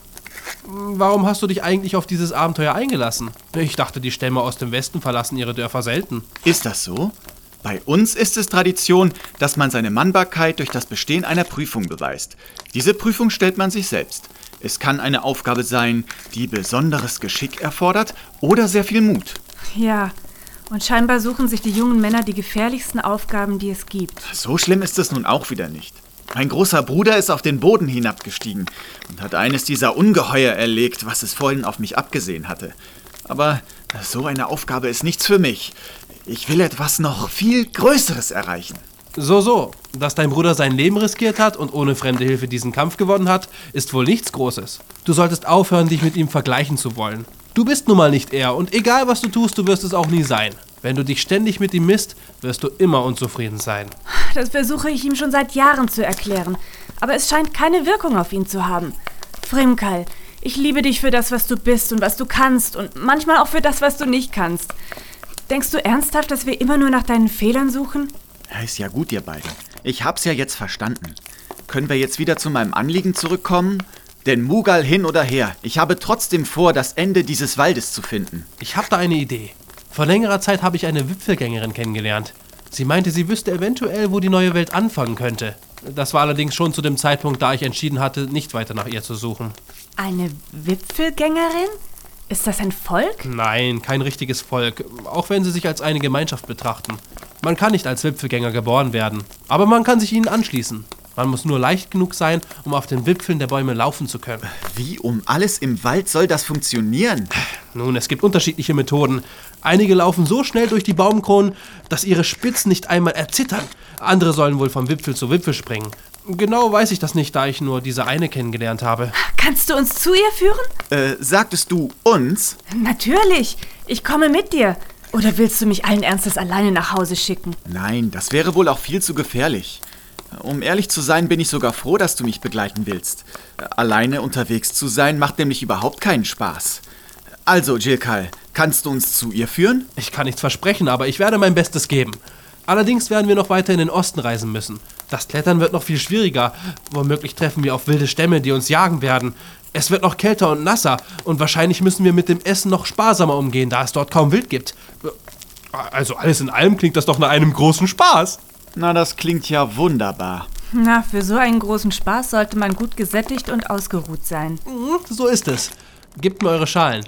Warum hast du dich eigentlich auf dieses Abenteuer eingelassen? Ich dachte, die Stämme aus dem Westen verlassen ihre Dörfer selten. Ist das so? Bei uns ist es Tradition, dass man seine Mannbarkeit durch das Bestehen einer Prüfung beweist. Diese Prüfung stellt man sich selbst. Es kann eine Aufgabe sein, die besonderes Geschick erfordert oder sehr viel Mut. Ja, und scheinbar suchen sich die jungen Männer die gefährlichsten Aufgaben, die es gibt. So schlimm ist es nun auch wieder nicht. Mein großer Bruder ist auf den Boden hinabgestiegen und hat eines dieser Ungeheuer erlegt, was es vorhin auf mich abgesehen hatte. Aber so eine Aufgabe ist nichts für mich. Ich will etwas noch viel Größeres erreichen. So, so. Dass dein Bruder sein Leben riskiert hat und ohne fremde Hilfe diesen Kampf gewonnen hat, ist wohl nichts Großes. Du solltest aufhören, dich mit ihm vergleichen zu wollen. Du bist nun mal nicht er und egal was du tust, du wirst es auch nie sein. Wenn du dich ständig mit ihm misst, wirst du immer unzufrieden sein. Das versuche ich ihm schon seit Jahren zu erklären. Aber es scheint keine Wirkung auf ihn zu haben. Fremdkarl, ich liebe dich für das, was du bist und was du kannst und manchmal auch für das, was du nicht kannst. Denkst du ernsthaft, dass wir immer nur nach deinen Fehlern suchen? Ja, ist ja gut, ihr beiden. Ich hab's ja jetzt verstanden. Können wir jetzt wieder zu meinem Anliegen zurückkommen? Denn Mughal hin oder her, ich habe trotzdem vor, das Ende dieses Waldes zu finden. Ich habe da eine Idee. Vor längerer Zeit habe ich eine Wipfelgängerin kennengelernt. Sie meinte, sie wüsste eventuell, wo die neue Welt anfangen könnte. Das war allerdings schon zu dem Zeitpunkt, da ich entschieden hatte, nicht weiter nach ihr zu suchen. Eine Wipfelgängerin? Ist das ein Volk? Nein, kein richtiges Volk, auch wenn sie sich als eine Gemeinschaft betrachten. Man kann nicht als Wipfelgänger geboren werden, aber man kann sich ihnen anschließen. Man muss nur leicht genug sein, um auf den Wipfeln der Bäume laufen zu können. Wie um alles im Wald soll das funktionieren? Nun, es gibt unterschiedliche Methoden. Einige laufen so schnell durch die Baumkronen, dass ihre Spitzen nicht einmal erzittern. Andere sollen wohl vom Wipfel zu Wipfel springen. Genau weiß ich das nicht, da ich nur diese eine kennengelernt habe. Kannst du uns zu ihr führen? Äh, sagtest du uns? Natürlich. Ich komme mit dir. Oder willst du mich allen Ernstes alleine nach Hause schicken? Nein, das wäre wohl auch viel zu gefährlich. Um ehrlich zu sein, bin ich sogar froh, dass du mich begleiten willst. Alleine unterwegs zu sein, macht nämlich überhaupt keinen Spaß. Also, Jilkal, kannst du uns zu ihr führen? Ich kann nichts versprechen, aber ich werde mein Bestes geben. Allerdings werden wir noch weiter in den Osten reisen müssen. Das Klettern wird noch viel schwieriger. Womöglich treffen wir auf wilde Stämme, die uns jagen werden. Es wird noch kälter und nasser und wahrscheinlich müssen wir mit dem Essen noch sparsamer umgehen, da es dort kaum Wild gibt. Also alles in allem klingt das doch nach einem großen Spaß. Na, das klingt ja wunderbar. Na, für so einen großen Spaß sollte man gut gesättigt und ausgeruht sein. So ist es. Gebt mir eure Schalen.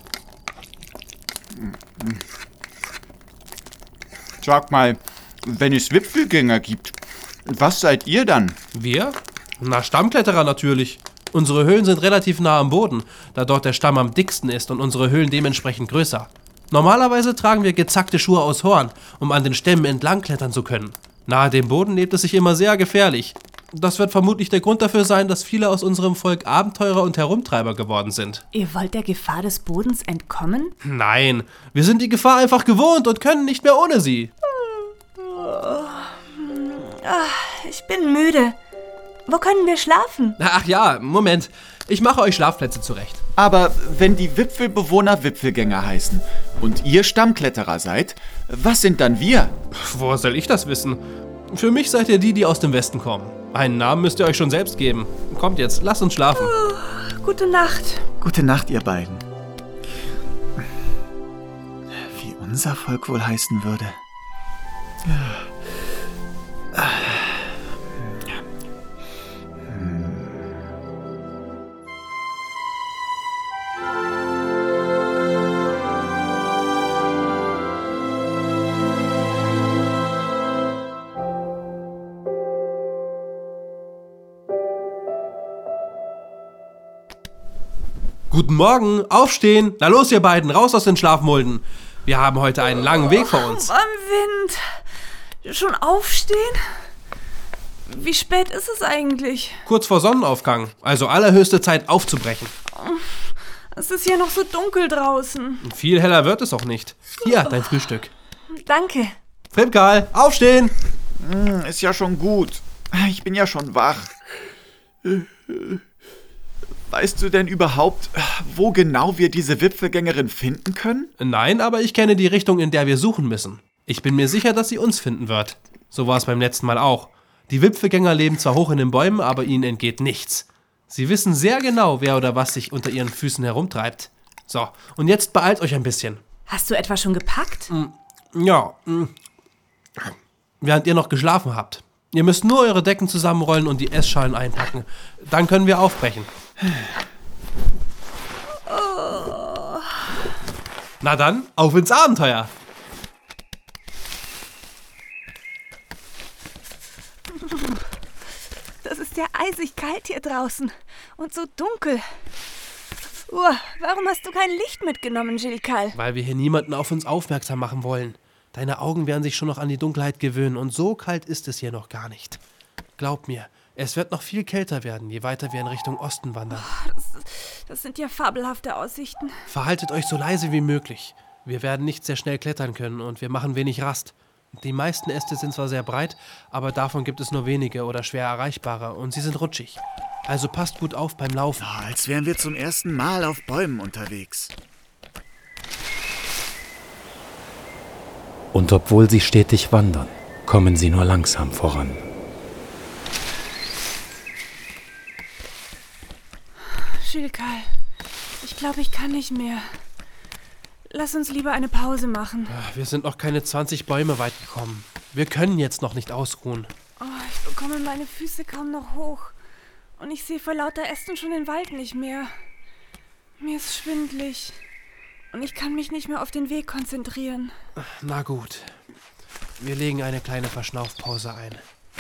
Sag mal, wenn es Wipfelgänger gibt, was seid ihr dann? Wir? Na, Stammkletterer natürlich. Unsere Höhlen sind relativ nah am Boden, da dort der Stamm am dicksten ist und unsere Höhlen dementsprechend größer. Normalerweise tragen wir gezackte Schuhe aus Horn, um an den Stämmen entlang klettern zu können. Nahe dem Boden lebt es sich immer sehr gefährlich. Das wird vermutlich der Grund dafür sein, dass viele aus unserem Volk Abenteurer und Herumtreiber geworden sind. Ihr wollt der Gefahr des Bodens entkommen? Nein, wir sind die Gefahr einfach gewohnt und können nicht mehr ohne sie. Ich bin müde. Wo können wir schlafen? Ach ja, Moment. Ich mache euch Schlafplätze zurecht. Aber wenn die Wipfelbewohner Wipfelgänger heißen und ihr Stammkletterer seid, was sind dann wir? Woher soll ich das wissen? Für mich seid ihr die, die aus dem Westen kommen. Einen Namen müsst ihr euch schon selbst geben. Kommt jetzt, lasst uns schlafen. Oh, gute Nacht. Gute Nacht, ihr beiden. Wie unser Volk wohl heißen würde. Guten Morgen, aufstehen. Na los, ihr beiden, raus aus den Schlafmulden. Wir haben heute einen langen Weg vor uns. Oh, am Wind. Schon aufstehen? Wie spät ist es eigentlich? Kurz vor Sonnenaufgang, also allerhöchste Zeit aufzubrechen. Es ist ja noch so dunkel draußen. Viel heller wird es auch nicht. Hier, dein Frühstück. Danke. Frimmkarl, aufstehen. Mm, ist ja schon gut. Ich bin ja schon wach. Weißt du denn überhaupt, wo genau wir diese Wipfelgängerin finden können? Nein, aber ich kenne die Richtung, in der wir suchen müssen. Ich bin mir sicher, dass sie uns finden wird. So war es beim letzten Mal auch. Die Wipfelgänger leben zwar hoch in den Bäumen, aber ihnen entgeht nichts. Sie wissen sehr genau, wer oder was sich unter ihren Füßen herumtreibt. So, und jetzt beeilt euch ein bisschen. Hast du etwa schon gepackt? Ja, während ihr noch geschlafen habt. Ihr müsst nur eure Decken zusammenrollen und die Essschalen einpacken. Dann können wir aufbrechen. Oh. Na dann, auf ins Abenteuer! Das ist ja eisig kalt hier draußen und so dunkel. Uh, warum hast du kein Licht mitgenommen, Gilles? Weil wir hier niemanden auf uns aufmerksam machen wollen. Deine Augen werden sich schon noch an die Dunkelheit gewöhnen und so kalt ist es hier noch gar nicht. Glaub mir, es wird noch viel kälter werden, je weiter wir in Richtung Osten wandern. Oh, das, das sind ja fabelhafte Aussichten. Verhaltet euch so leise wie möglich. Wir werden nicht sehr schnell klettern können und wir machen wenig Rast. Die meisten Äste sind zwar sehr breit, aber davon gibt es nur wenige oder schwer erreichbare und sie sind rutschig. Also passt gut auf beim Laufen. Oh, als wären wir zum ersten Mal auf Bäumen unterwegs. Und obwohl sie stetig wandern, kommen sie nur langsam voran. Gilles, ich glaube, ich kann nicht mehr. Lass uns lieber eine Pause machen. Wir sind noch keine zwanzig Bäume weit gekommen. Wir können jetzt noch nicht ausruhen. Oh, ich bekomme meine Füße kaum noch hoch. Und ich sehe vor lauter Ästen schon den Wald nicht mehr. Mir ist schwindlig. Und ich kann mich nicht mehr auf den Weg konzentrieren. Na gut. Wir legen eine kleine Verschnaufpause ein.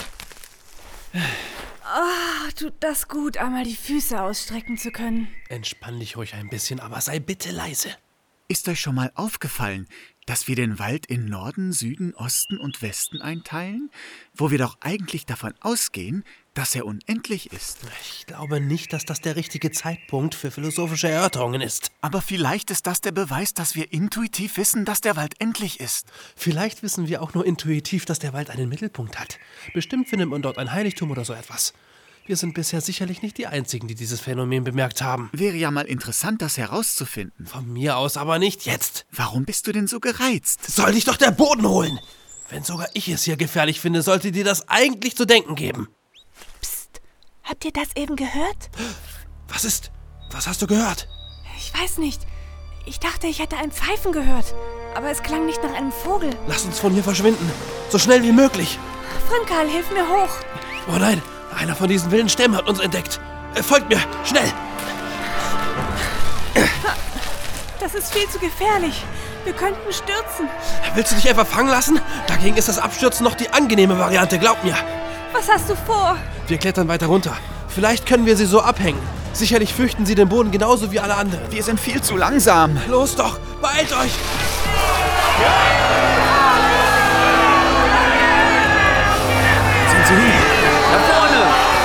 Ah, tut das gut, einmal die Füße ausstrecken zu können. Entspann dich ruhig ein bisschen, aber sei bitte leise. Ist euch schon mal aufgefallen, dass wir den Wald in Norden, Süden, Osten und Westen einteilen, wo wir doch eigentlich davon ausgehen, dass er unendlich ist? Ich glaube nicht, dass das der richtige Zeitpunkt für philosophische Erörterungen ist. Aber vielleicht ist das der Beweis, dass wir intuitiv wissen, dass der Wald endlich ist. Vielleicht wissen wir auch nur intuitiv, dass der Wald einen Mittelpunkt hat. Bestimmt findet man dort ein Heiligtum oder so etwas. Wir sind bisher sicherlich nicht die Einzigen, die dieses Phänomen bemerkt haben. Wäre ja mal interessant, das herauszufinden. Von mir aus aber nicht jetzt. Warum bist du denn so gereizt? Soll dich doch der Boden holen! Wenn sogar ich es hier gefährlich finde, sollte dir das eigentlich zu denken geben. Psst, habt ihr das eben gehört? Was ist? Was hast du gehört? Ich weiß nicht. Ich dachte, ich hätte ein Pfeifen gehört. Aber es klang nicht nach einem Vogel. Lass uns von hier verschwinden. So schnell wie möglich. Frimmkarl, hilf mir hoch. Oh nein, einer von diesen wilden Stämmen hat uns entdeckt. Folgt mir, schnell! Das ist viel zu gefährlich. Wir könnten stürzen. Willst du dich einfach fangen lassen? Dagegen ist das Abstürzen noch die angenehme Variante, glaub mir. Was hast du vor? Wir klettern weiter runter. Vielleicht können wir sie so abhängen. Sicherlich fürchten sie den Boden genauso wie alle anderen. Wir sind viel zu langsam. Los doch, beeilt euch! Sind sie hin? Da vorne!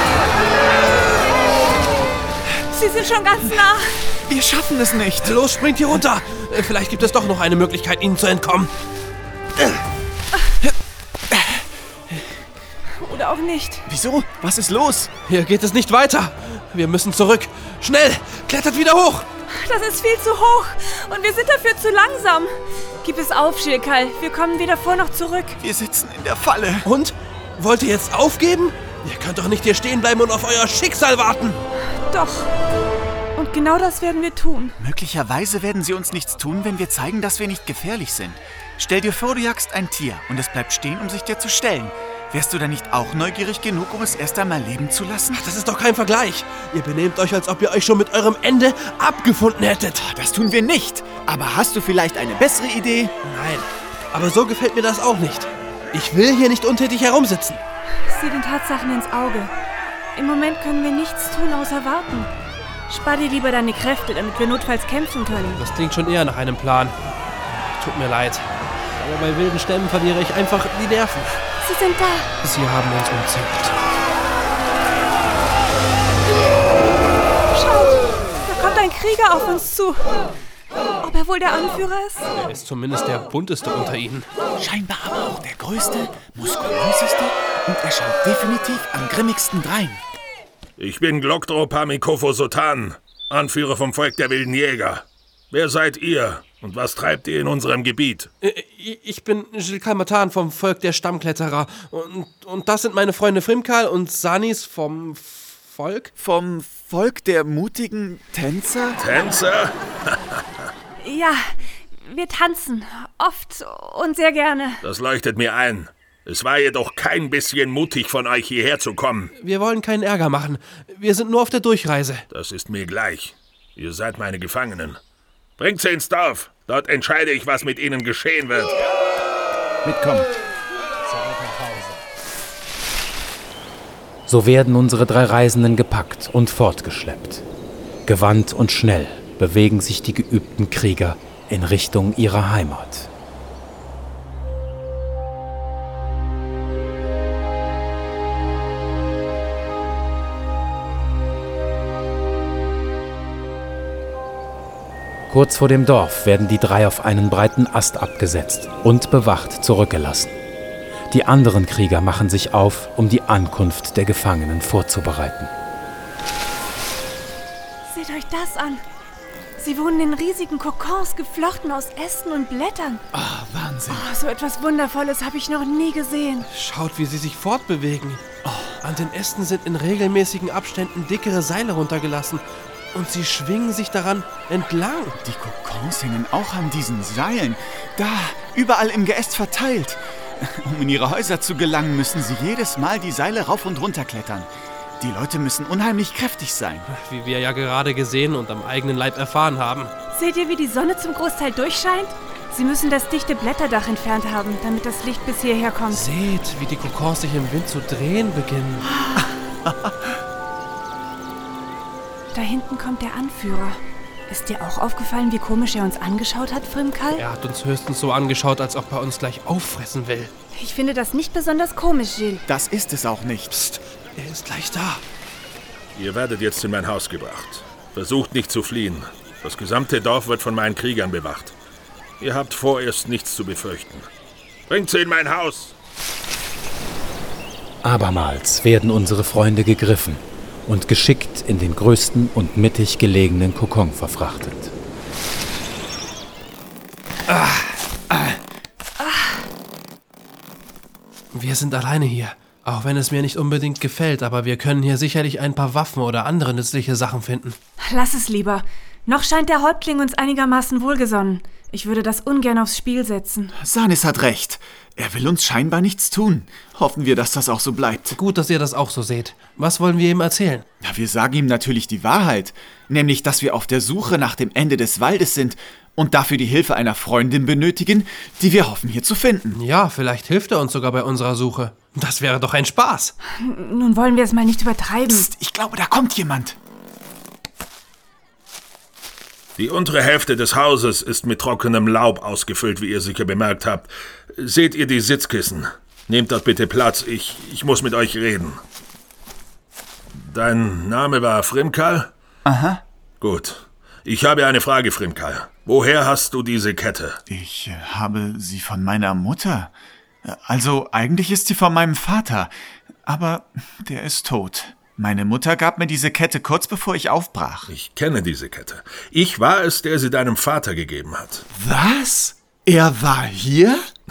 Sie sind schon ganz nah. Wir schaffen es nicht. Los, springt hier runter. Vielleicht gibt es doch noch eine Möglichkeit, ihnen zu entkommen. Oder auch nicht. Wieso? Was ist los? Hier geht es nicht weiter. Wir müssen zurück. Schnell, klettert wieder hoch. Das ist viel zu hoch und wir sind dafür zu langsam. Gib es auf, Gilles. Wir kommen weder vor noch zurück. Wir sitzen in der Falle. Und? Wollt ihr jetzt aufgeben? Ihr könnt doch nicht hier stehen bleiben und auf euer Schicksal warten. Doch. Und genau das werden wir tun. Möglicherweise werden sie uns nichts tun, wenn wir zeigen, dass wir nicht gefährlich sind. Stell dir vor, du jagst ein Tier und es bleibt stehen, um sich dir zu stellen. Wärst du dann nicht auch neugierig genug, um es erst einmal leben zu lassen? Ach, das ist doch kein Vergleich. Ihr benehmt euch, als ob ihr euch schon mit eurem Ende abgefunden hättet. Das tun wir nicht. Aber hast du vielleicht eine bessere Idee? Nein, aber so gefällt mir das auch nicht. Ich will hier nicht untätig herumsitzen. Sieh den Tatsachen ins Auge. Im Moment können wir nichts tun, außer warten. Spar dir lieber deine Kräfte, damit wir notfalls kämpfen können. Das klingt schon eher nach einem Plan. Tut mir leid. Aber bei wilden Stämmen verliere ich einfach die Nerven. Sie sind da. Sie haben uns umzingelt. Schaut, da kommt ein Krieger auf uns zu. Ob er wohl der Anführer ist? Er ist zumindest der bunteste unter ihnen. Scheinbar aber auch der größte, muskulöseste und er schaut definitiv am grimmigsten drein. Ich bin Glokdro Pamikofo Sotan, Anführer vom Volk der wilden Jäger. Wer seid ihr und was treibt ihr in unserem Gebiet? Ich bin Jilkal Matan vom Volk der Stammkletterer. Und, und das sind meine Freunde Frimkal und Sanis vom Volk? Vom Volk der mutigen Tänzer? Tänzer? Ja, wir tanzen. Oft und sehr gerne. Das leuchtet mir ein. Es war jedoch kein bisschen mutig von euch hierher zu kommen. Wir wollen keinen Ärger machen. Wir sind nur auf der Durchreise. Das ist mir gleich. Ihr seid meine Gefangenen. Bringt sie ins Dorf. Dort entscheide ich, was mit ihnen geschehen wird. Mitkommen. So werden unsere drei Reisenden gepackt und fortgeschleppt. Gewandt und schnell bewegen sich die geübten Krieger in Richtung ihrer Heimat. Kurz vor dem Dorf werden die drei auf einen breiten Ast abgesetzt und bewacht zurückgelassen. Die anderen Krieger machen sich auf, um die Ankunft der Gefangenen vorzubereiten. Seht euch das an. Sie wohnen in riesigen Kokons, geflochten aus Ästen und Blättern. Oh, Wahnsinn. Oh, so etwas Wundervolles habe ich noch nie gesehen. Schaut, wie sie sich fortbewegen. Oh, an den Ästen sind in regelmäßigen Abständen dickere Seile runtergelassen. Und sie schwingen sich daran entlang. Die Kokons hängen auch an diesen Seilen. Da, überall im Geäst verteilt. Um in ihre Häuser zu gelangen, müssen sie jedes Mal die Seile rauf und runter klettern. Die Leute müssen unheimlich kräftig sein. Wie wir ja gerade gesehen und am eigenen Leib erfahren haben. Seht ihr, wie die Sonne zum Großteil durchscheint? Sie müssen das dichte Blätterdach entfernt haben, damit das Licht bis hierher kommt. Seht, wie die Kokons sich im Wind zu drehen beginnen. Da hinten kommt der Anführer. Ist dir auch aufgefallen, wie komisch er uns angeschaut hat, Frimkal? Er hat uns höchstens so angeschaut, als ob er uns gleich auffressen will. Ich finde das nicht besonders komisch, Gilles. Das ist es auch nicht. Psst, er ist gleich da. Ihr werdet jetzt in mein Haus gebracht. Versucht nicht zu fliehen. Das gesamte Dorf wird von meinen Kriegern bewacht. Ihr habt vorerst nichts zu befürchten. Bringt sie in mein Haus! Abermals werden unsere Freunde gegriffen und geschickt in den größten und mittig gelegenen Kokon verfrachtet. Ah, ah. Wir sind alleine hier, auch wenn es mir nicht unbedingt gefällt, aber wir können hier sicherlich ein paar Waffen oder andere nützliche Sachen finden. Lass es lieber. Noch scheint der Häuptling uns einigermaßen wohlgesonnen. Ich würde das ungern aufs Spiel setzen. Sanis hat recht. Er will uns scheinbar nichts tun. Hoffen wir, dass das auch so bleibt. Gut, dass ihr das auch so seht. Was wollen wir ihm erzählen? Ja, wir sagen ihm natürlich die Wahrheit. Nämlich, dass wir auf der Suche nach dem Ende des Waldes sind und dafür die Hilfe einer Freundin benötigen, die wir hoffen hier zu finden. Ja, vielleicht hilft er uns sogar bei unserer Suche. Das wäre doch ein Spaß. Nun wollen wir es mal nicht übertreiben. Psst, ich glaube, da kommt jemand. Die untere Hälfte des Hauses ist mit trockenem Laub ausgefüllt, wie ihr sicher bemerkt habt. Seht ihr die Sitzkissen? Nehmt dort bitte Platz, ich, ich muss mit euch reden. Dein Name war Frimkal? Aha. Gut. Ich habe eine Frage, Frimkal. Woher hast du diese Kette? Ich äh, habe sie von meiner Mutter. Also eigentlich ist sie von meinem Vater, aber der ist tot. Meine Mutter gab mir diese Kette kurz bevor ich aufbrach. Ich kenne diese Kette. Ich war es, der sie deinem Vater gegeben hat. Was? Er war hier?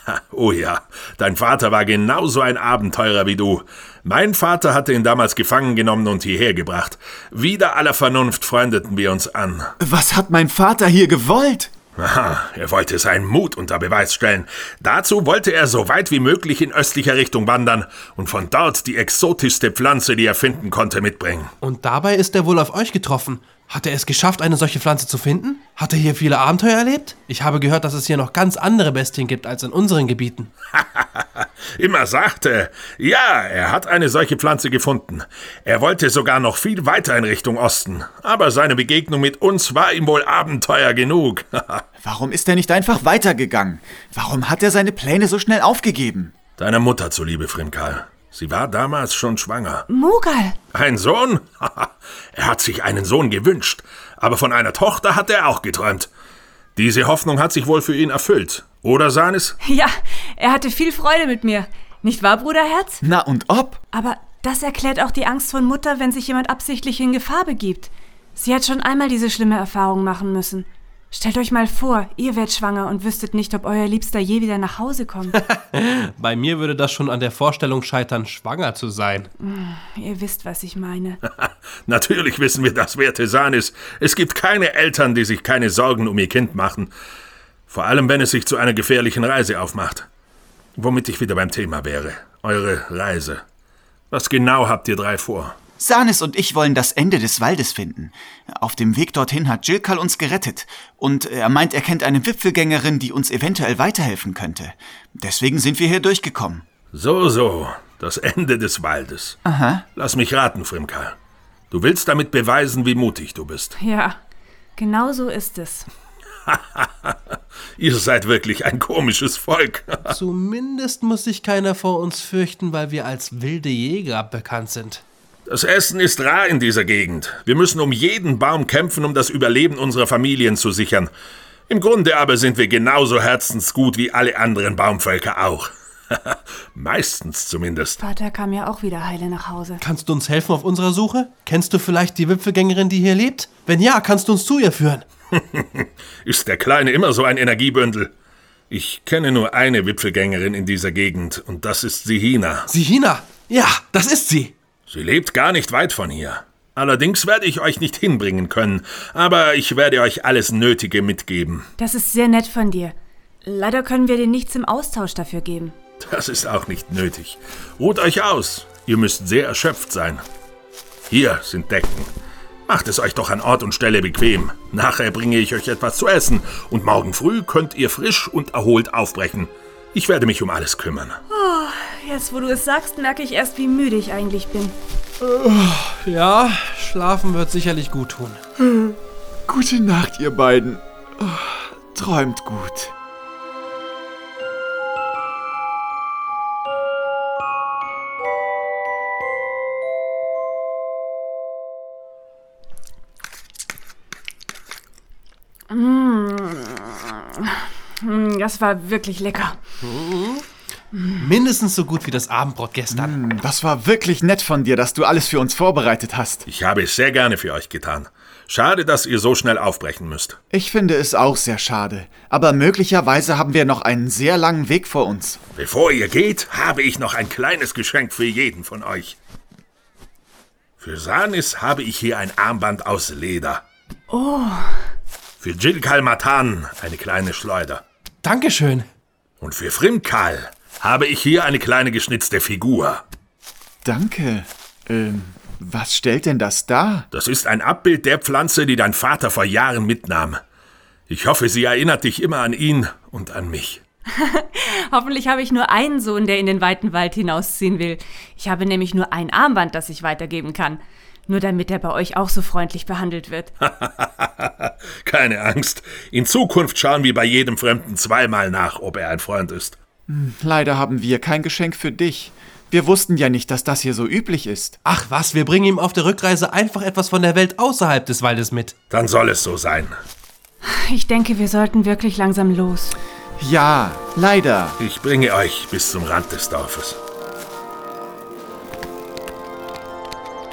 Oh ja, dein Vater war genauso ein Abenteurer wie du. Mein Vater hatte ihn damals gefangen genommen und hierher gebracht. Wider aller Vernunft freundeten wir uns an. Was hat mein Vater hier gewollt? Aha, er wollte seinen Mut unter Beweis stellen. Dazu wollte er so weit wie möglich in östlicher Richtung wandern und von dort die exotischste Pflanze, die er finden konnte, mitbringen. Und dabei ist er wohl auf euch getroffen. Hat er es geschafft, eine solche Pflanze zu finden? Hat er hier viele Abenteuer erlebt? Ich habe gehört, dass es hier noch ganz andere Bestien gibt als in unseren Gebieten. Immer sagte, ja, er hat eine solche Pflanze gefunden. Er wollte sogar noch viel weiter in Richtung Osten. Aber seine Begegnung mit uns war ihm wohl Abenteuer genug. Warum ist er nicht einfach weitergegangen? Warum hat er seine Pläne so schnell aufgegeben? Deiner Mutter zuliebe, Frimkal. Sie war damals schon schwanger. Mughal! Ein Sohn? Er hat sich einen Sohn gewünscht. Aber von einer Tochter hat er auch geträumt. Diese Hoffnung hat sich wohl für ihn erfüllt. Oder, Sanis? Ja, er hatte viel Freude mit mir. Nicht wahr, Bruderherz? Na und ob? Aber das erklärt auch die Angst von Mutter, wenn sich jemand absichtlich in Gefahr begibt. Sie hat schon einmal diese schlimme Erfahrung machen müssen. Stellt euch mal vor, ihr wärt schwanger und wüsstet nicht, ob euer Liebster je wieder nach Hause kommt. Bei mir würde das schon an der Vorstellung scheitern, schwanger zu sein. Ihr wisst, was ich meine. Natürlich wissen wir das, werte Sanis. Es gibt keine Eltern, die sich keine Sorgen um ihr Kind machen. Vor allem, wenn es sich zu einer gefährlichen Reise aufmacht. Womit ich wieder beim Thema wäre. Eure Reise. Was genau habt ihr drei vor? Sanis und ich wollen das Ende des Waldes finden. Auf dem Weg dorthin hat Jilkal uns gerettet. Und er meint, er kennt eine Wipfelgängerin, die uns eventuell weiterhelfen könnte. Deswegen sind wir hier durchgekommen. So, so. Das Ende des Waldes. Aha. Lass mich raten, Frimkal. Du willst damit beweisen, wie mutig du bist. Ja, genau so ist es. Ihr seid wirklich ein komisches Volk. Zumindest muss sich keiner vor uns fürchten, weil wir als wilde Jäger bekannt sind. Das Essen ist rar in dieser Gegend. Wir müssen um jeden Baum kämpfen, um das Überleben unserer Familien zu sichern. Im Grunde aber sind wir genauso herzensgut wie alle anderen Baumvölker auch. Meistens zumindest. Vater kam ja auch wieder heile nach Hause. Kannst du uns helfen auf unserer Suche? Kennst du vielleicht die Wipfelgängerin, die hier lebt? Wenn ja, kannst du uns zu ihr führen. Ist der Kleine immer so ein Energiebündel? Ich kenne nur eine Wipfelgängerin in dieser Gegend und das ist Sihina. Sihina? Ja, das ist sie. Sie lebt gar nicht weit von hier. Allerdings werde ich euch nicht hinbringen können, aber ich werde euch alles Nötige mitgeben. Das ist sehr nett von dir. Leider können wir dir nichts im Austausch dafür geben. Das ist auch nicht nötig. Ruht euch aus. Ihr müsst sehr erschöpft sein. Hier sind Decken. Macht es euch doch an Ort und Stelle bequem. Nachher bringe ich euch etwas zu essen und morgen früh könnt ihr frisch und erholt aufbrechen. Ich werde mich um alles kümmern. Oh, jetzt, wo du es sagst, merke ich erst, wie müde ich eigentlich bin. Ja, schlafen wird sicherlich gut tun. Hm. Gute Nacht, ihr beiden. Oh, träumt gut. Das war wirklich lecker. Mindestens so gut wie das Abendbrot gestern. Das war wirklich nett von dir, dass du alles für uns vorbereitet hast. Ich habe es sehr gerne für euch getan. Schade, dass ihr so schnell aufbrechen müsst. Ich finde es auch sehr schade. Aber möglicherweise haben wir noch einen sehr langen Weg vor uns. Bevor ihr geht, habe ich noch ein kleines Geschenk für jeden von euch. Für Sanis habe ich hier ein Armband aus Leder. Oh. Für Jilkal Matan eine kleine Schleuder. Dankeschön. Und für Frimkal habe ich hier eine kleine geschnitzte Figur. Danke. Ähm, was stellt denn das dar? Das ist ein Abbild der Pflanze, die dein Vater vor Jahren mitnahm. Ich hoffe, sie erinnert dich immer an ihn und an mich. Hoffentlich habe ich nur einen Sohn, der in den weiten Wald hinausziehen will. Ich habe nämlich nur ein Armband, das ich weitergeben kann. Nur damit er bei euch auch so freundlich behandelt wird. Keine Angst. In Zukunft schauen wir bei jedem Fremden zweimal nach, ob er ein Freund ist. Leider haben wir kein Geschenk für dich. Wir wussten ja nicht, dass das hier so üblich ist. Ach was, wir bringen ihm auf der Rückreise einfach etwas von der Welt außerhalb des Waldes mit. Dann soll es so sein. Ich denke, wir sollten wirklich langsam los. Ja, leider. Ich bringe euch bis zum Rand des Dorfes.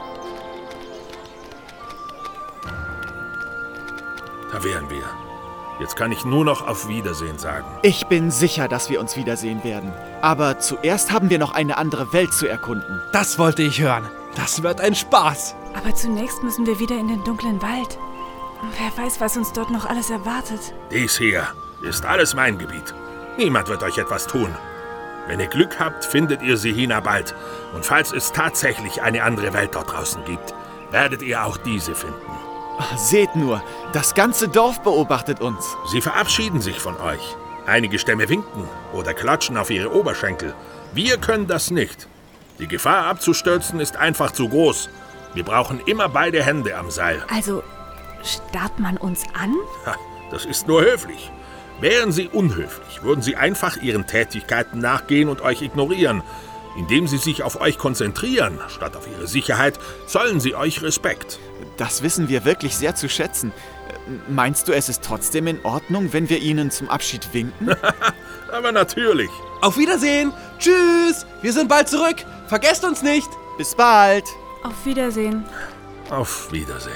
Da wären wir. Jetzt kann ich nur noch auf Wiedersehen sagen. Ich bin sicher, dass wir uns wiedersehen werden. Aber zuerst haben wir noch eine andere Welt zu erkunden. Das wollte ich hören. Das wird ein Spaß. Aber zunächst müssen wir wieder in den dunklen Wald. Wer weiß, was uns dort noch alles erwartet. Dies hier ist alles mein Gebiet. Niemand wird euch etwas tun. Wenn ihr Glück habt, findet ihr Sihina bald. Und falls es tatsächlich eine andere Welt dort draußen gibt, werdet ihr auch diese finden. Seht nur, das ganze Dorf beobachtet uns. Sie verabschieden sich von euch. Einige Stämme winken oder klatschen auf ihre Oberschenkel. Wir können das nicht. Die Gefahr abzustürzen ist einfach zu groß. Wir brauchen immer beide Hände am Seil. Also, starrt man uns an? Ha, das ist nur höflich. Wären sie unhöflich, würden sie einfach ihren Tätigkeiten nachgehen und euch ignorieren. Indem sie sich auf euch konzentrieren, statt auf ihre Sicherheit, zollen sie euch Respekt. Das wissen wir wirklich sehr zu schätzen. Meinst du, es ist trotzdem in Ordnung, wenn wir ihnen zum Abschied winken? Aber natürlich. Auf Wiedersehen. Tschüss. Wir sind bald zurück. Vergesst uns nicht. Bis bald. Auf Wiedersehen. Auf Wiedersehen.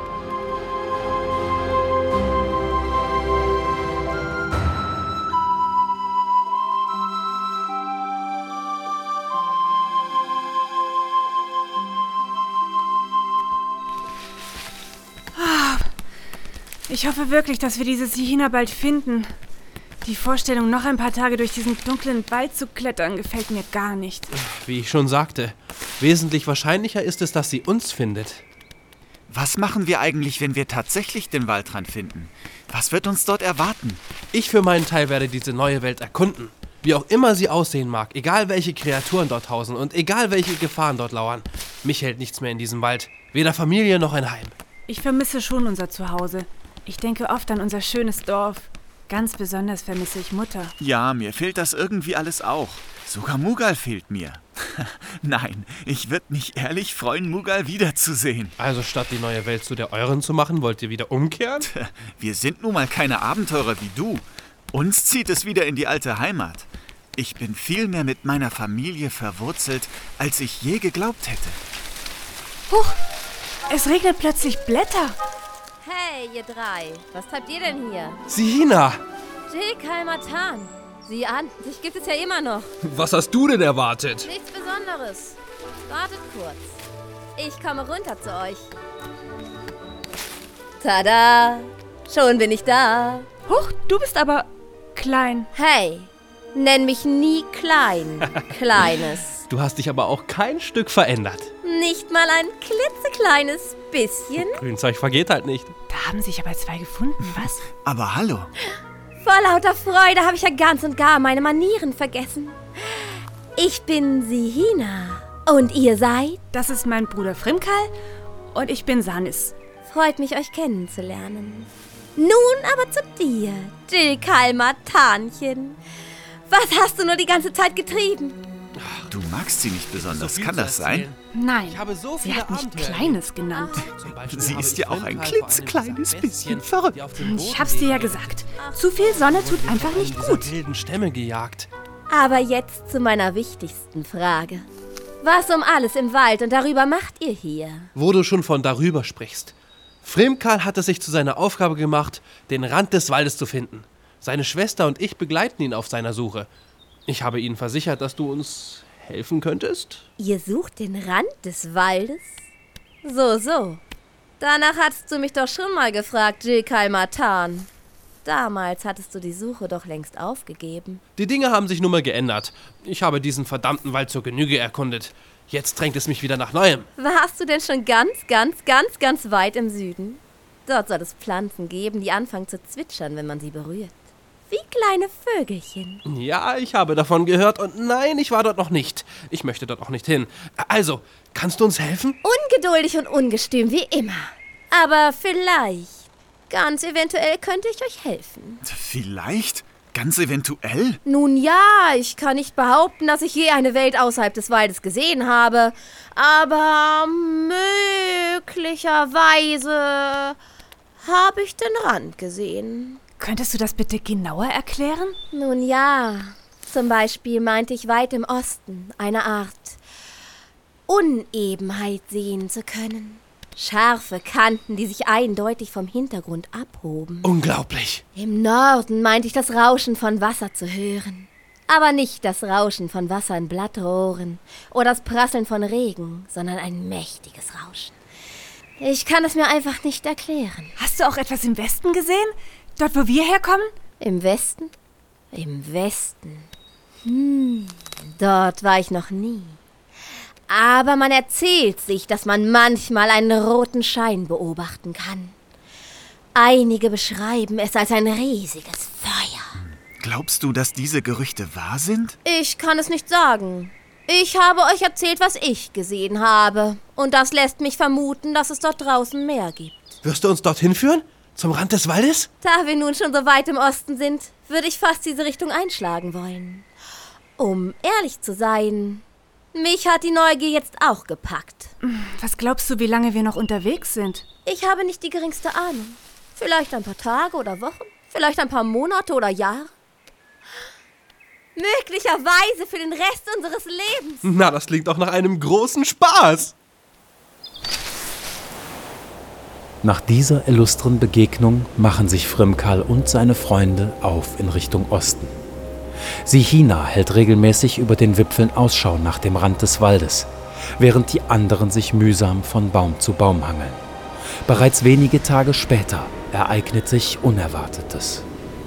Ich hoffe wirklich, dass wir diese Sihina bald finden. Die Vorstellung, noch ein paar Tage durch diesen dunklen Wald zu klettern, gefällt mir gar nicht. Wie ich schon sagte, wesentlich wahrscheinlicher ist es, dass sie uns findet. Was machen wir eigentlich, wenn wir tatsächlich den Waldrand finden? Was wird uns dort erwarten? Ich für meinen Teil werde diese neue Welt erkunden. Wie auch immer sie aussehen mag, egal welche Kreaturen dort hausen und egal welche Gefahren dort lauern. Mich hält nichts mehr in diesem Wald. Weder Familie noch ein Heim. Ich vermisse schon unser Zuhause. Ich denke oft an unser schönes Dorf. Ganz besonders vermisse ich Mutter. Ja, mir fehlt das irgendwie alles auch. Sogar Mughal fehlt mir. Nein, ich würde mich ehrlich freuen, Mughal wiederzusehen. Also statt die neue Welt zu der euren zu machen, wollt ihr wieder umkehren? Wir sind nun mal keine Abenteurer wie du. Uns zieht es wieder in die alte Heimat. Ich bin viel mehr mit meiner Familie verwurzelt, als ich je geglaubt hätte. Huch, es regnet plötzlich Blätter. Hey, ihr drei, was treibt ihr denn hier? Sihina! Jekal Matan. Sieh an, dich gibt es ja immer noch. Was hast du denn erwartet? Nichts Besonderes. Wartet kurz. Ich komme runter zu euch. Tada! Schon bin ich da. Huch, du bist aber klein. Hey, nenn mich nie klein, Kleines. Du hast dich aber auch kein Stück verändert. Nicht mal ein klitzekleines bisschen. Grünzeug vergeht halt nicht. Da haben sich aber zwei gefunden, was? Aber hallo. Vor lauter Freude habe ich ja ganz und gar meine Manieren vergessen. Ich bin Sihina. Und ihr seid? Das ist mein Bruder Frimkal und ich bin Sanis. Freut mich, euch kennenzulernen. Nun aber zu dir, Jekal Matanchen. Was hast du nur die ganze Zeit getrieben? Du magst sie nicht besonders, so kann das sein? Nein, ich habe so sie hat mich Abenteuer Kleines genannt. Sie ist ja auch ein klitzekleines bisschen verrückt. Ich hab's dir ja gesagt. Zu viel Sonne tut einfach nicht gut. Wilden Stämme gejagt. Aber jetzt zu meiner wichtigsten Frage. Was um alles im Wald und darüber macht ihr hier? Wo du schon von darüber sprichst. Frimkal hat es sich zu seiner Aufgabe gemacht, den Rand des Waldes zu finden. Seine Schwester und ich begleiten ihn auf seiner Suche. Ich habe ihnen versichert, dass du uns helfen könntest. Ihr sucht den Rand des Waldes? So, so. Danach hattest du mich doch schon mal gefragt, Jekal Matan. Damals hattest du die Suche doch längst aufgegeben. Die Dinge haben sich nun mal geändert. Ich habe diesen verdammten Wald zur Genüge erkundet. Jetzt drängt es mich wieder nach Neuem. Warst du denn schon ganz, ganz, ganz, ganz weit im Süden? Dort soll es Pflanzen geben, die anfangen zu zwitschern, wenn man sie berührt. Wie kleine Vögelchen. Ja, ich habe davon gehört und nein, ich war dort noch nicht. Ich möchte dort auch nicht hin. Also, kannst du uns helfen? Ungeduldig und ungestüm wie immer. Aber vielleicht, ganz eventuell könnte ich euch helfen. Vielleicht? Ganz eventuell? Nun ja, ich kann nicht behaupten, dass ich je eine Welt außerhalb des Waldes gesehen habe. Aber möglicherweise habe ich den Rand gesehen. Könntest du das bitte genauer erklären? Nun ja, zum Beispiel meinte ich weit im Osten eine Art Unebenheit sehen zu können. Scharfe Kanten, die sich eindeutig vom Hintergrund abhoben. Unglaublich. Im Norden meinte ich das Rauschen von Wasser zu hören. Aber nicht das Rauschen von Wasser in Blattrohren oder das Prasseln von Regen, sondern ein mächtiges Rauschen. Ich kann es mir einfach nicht erklären. Hast du auch etwas im Westen gesehen? Dort, wo wir herkommen? Im Westen? Im Westen. Hm, dort war ich noch nie. Aber man erzählt sich, dass man manchmal einen roten Schein beobachten kann. Einige beschreiben es als ein riesiges Feuer. Glaubst du, dass diese Gerüchte wahr sind? Ich kann es nicht sagen. Ich habe euch erzählt, was ich gesehen habe. Und das lässt mich vermuten, dass es dort draußen mehr gibt. Wirst du uns dorthin führen? Zum Rand des Waldes? Da wir nun schon so weit im Osten sind, würde ich fast diese Richtung einschlagen wollen. Um ehrlich zu sein, mich hat die Neugier jetzt auch gepackt. Was glaubst du, wie lange wir noch unterwegs sind? Ich habe nicht die geringste Ahnung. Vielleicht ein paar Tage oder Wochen, vielleicht ein paar Monate oder Jahre. Möglicherweise für den Rest unseres Lebens. Na, das klingt doch nach einem großen Spaß. Nach dieser illustren Begegnung machen sich Frimkal und seine Freunde auf in Richtung Osten. Sihina hält regelmäßig über den Wipfeln Ausschau nach dem Rand des Waldes, während die anderen sich mühsam von Baum zu Baum hangeln. Bereits wenige Tage später ereignet sich Unerwartetes.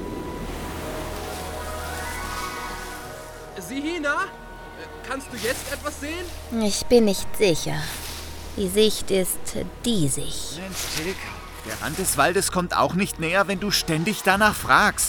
Sihina, kannst du jetzt etwas sehen? Ich bin nicht sicher. Die Sicht ist diesig. Mensch, Tilka, der Rand des Waldes kommt auch nicht näher, wenn du ständig danach fragst.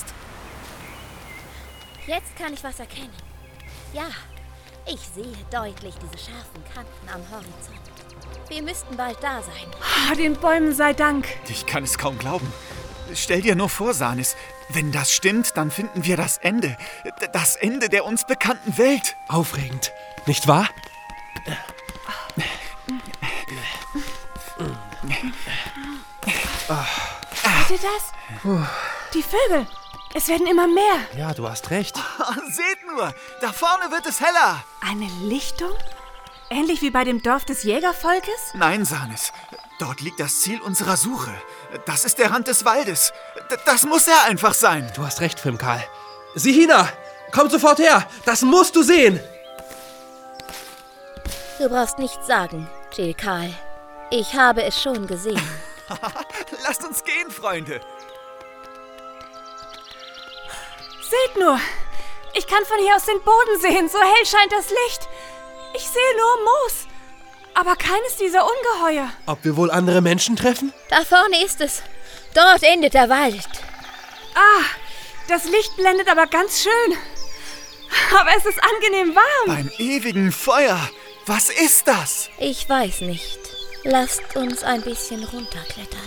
Jetzt kann ich was erkennen. Ja, ich sehe deutlich diese scharfen Kanten am Horizont. Wir müssten bald da sein. Ah, den Bäumen sei Dank. Ich kann es kaum glauben. Stell dir nur vor, Sanis, wenn das stimmt, dann finden wir das Ende. Das Ende der uns bekannten Welt. Aufregend, nicht wahr? Seht ihr das? Die Vögel. Es werden immer mehr. Ja, du hast recht. Seht nur, da vorne wird es heller. Eine Lichtung? Ähnlich wie bei dem Dorf des Jägervolkes? Nein, Sanis. Dort liegt das Ziel unserer Suche. Das ist der Rand des Waldes. D- das muss er einfach sein. Du hast recht, Frimkal. Sihina, komm sofort her. Das musst du sehen. Du brauchst nichts sagen, Jilkal. Ich habe es schon gesehen. Lasst uns gehen, Freunde. Seht nur, ich kann von hier aus den Boden sehen, so hell scheint das Licht. Ich sehe nur Moos, aber keines dieser Ungeheuer. Ob wir wohl andere Menschen treffen? Da vorne ist es. Dort endet der Wald. Ah, das Licht blendet aber ganz schön. Aber es ist angenehm warm. Beim ewigen Feuer. Was ist das? Ich weiß nicht. Lasst uns ein bisschen runterklettern.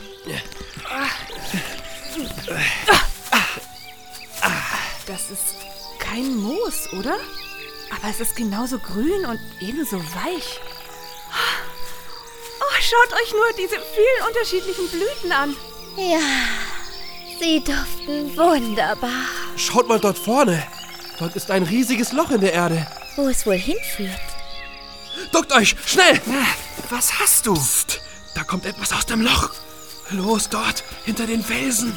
Das ist kein Moos, oder? Aber es ist genauso grün und ebenso weich. Oh, schaut euch nur diese vielen unterschiedlichen Blüten an. Ja, sie duften wunderbar. Schaut mal dort vorne. Dort ist ein riesiges Loch in der Erde. Wo es wohl hinführt? Duckt euch, schnell! Was hast du? Psst, da kommt etwas aus dem Loch. Los dort, hinter den Felsen.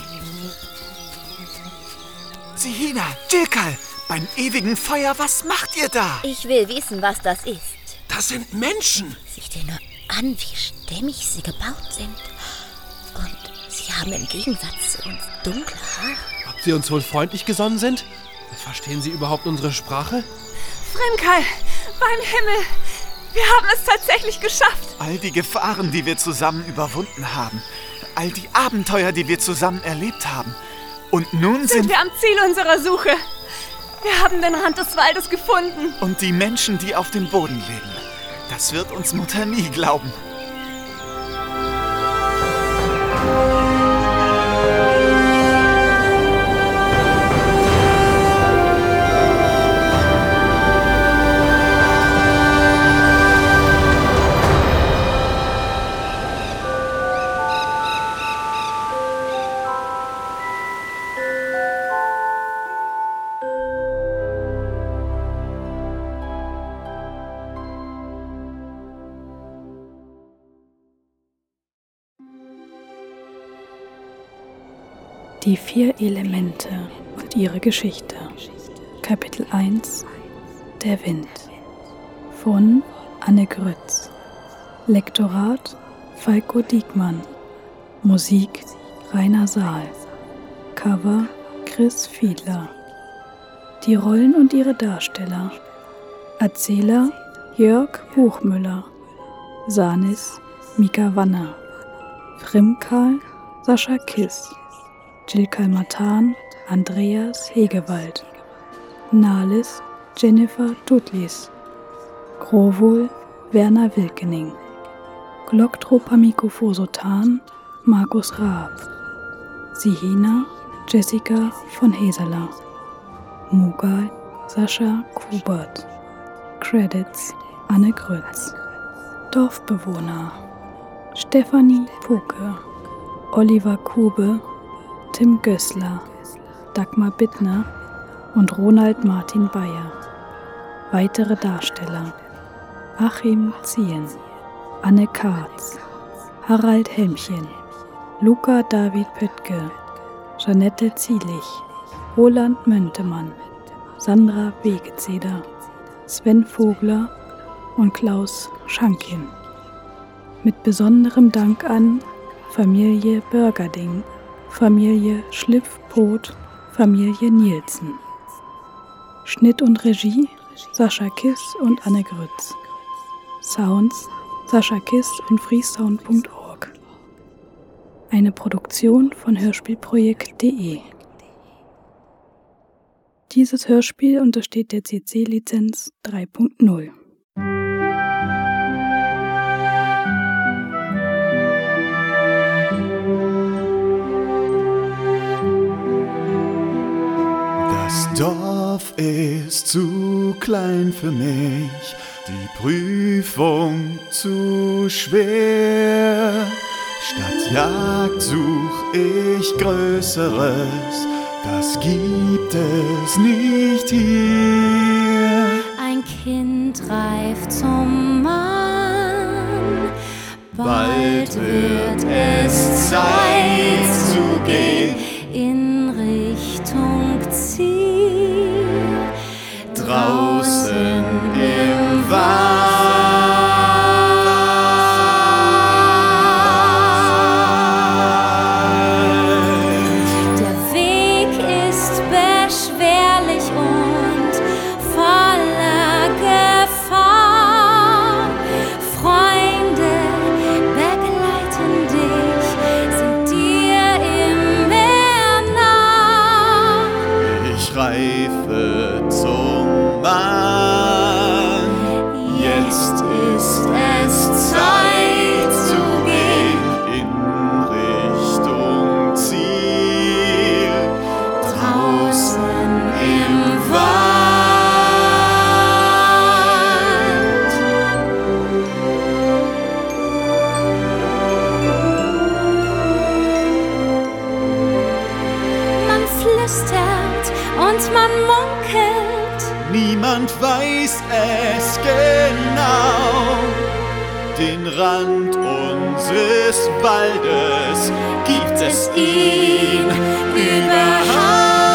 Sihina, Jilkal, beim ewigen Feuer, was macht ihr da? Ich will wissen, was das ist. Das sind Menschen. Sieh dir nur an, wie stämmig sie gebaut sind. Und sie haben im Gegensatz zu uns dunkle Haare. Ob sie uns wohl freundlich gesonnen sind? Verstehen sie überhaupt unsere Sprache? Frimkal, beim Himmel, wir haben es tatsächlich geschafft. All die Gefahren, die wir zusammen überwunden haben. All die Abenteuer, die wir zusammen erlebt haben. Und nun sind, sind wir am Ziel unserer Suche. Wir haben den Rand des Waldes gefunden. Und die Menschen, die auf dem Boden leben. Das wird uns Mutter nie glauben. Die vier Elemente und ihre Geschichte. Kapitel eins. Der Wind. Von Anne Grütz. Lektorat Falko Diekmann. Musik Rainer Saal. Cover Chris Fiedler. Die Rollen und ihre Darsteller. Erzähler Jörg Buchmüller. Sanis Mika Wanner. Frimkal Sascha Kiss. Jill Kalmatan Andreas Hegewald. Nalis Jennifer Tutlis. Grovol Werner Wilkening. Glocktropamycophosotan Markus Raab. Sihina Jessica von Heseler. Mughal Sascha Kubert. Credits Anne Grütz. Dorfbewohner Stefanie Puke. Oliver Kube. Tim Gößler. Dagmar Bittner und Ronald Martin Bayer. Weitere Darsteller Achim Ziehen. Anne Karz. Harald Helmchen. Luca David Pöttke. Jeanette Zielich. Roland Möntemann. Sandra Wegezeder. Sven Vogler und Klaus Schankin. Mit besonderem Dank an Familie Börgerding, Familie Schlipfpot, Familie Nielsen. Schnitt und Regie Sascha Kiss und Anne Grütz. Sounds Sascha Kiss und freesound punkt org. Eine Produktion von hörspielprojekt punkt de. Dieses Hörspiel untersteht der C C-Lizenz drei punkt null. Das Dorf ist zu klein für mich, die Prüfung zu schwer. Statt Jagd such ich Größeres, das gibt es nicht hier. Ein Kind reift zum Mann, bald wird es Zeit zu gehen in Richtung Ziel. Draußen im Wald. Niemand weiß es genau. Den Rand unseres Waldes gibt es ihn überall.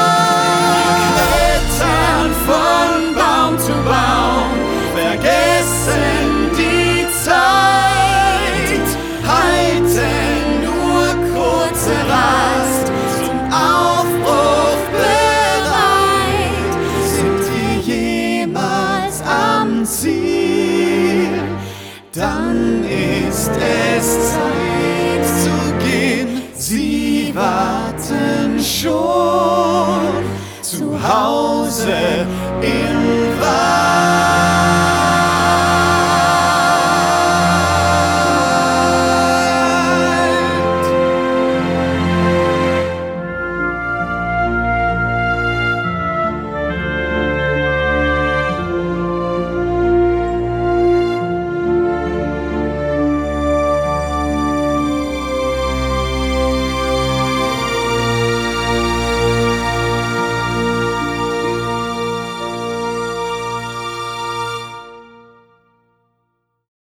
Klettern von Baum zu Baum, vergessen die Zeit, halten nur kurze Rast zum Aufbruch bereit. Sind wir jemals am Ziel, dann ist es Zeit zu gehen. Sie warten schon zu Hause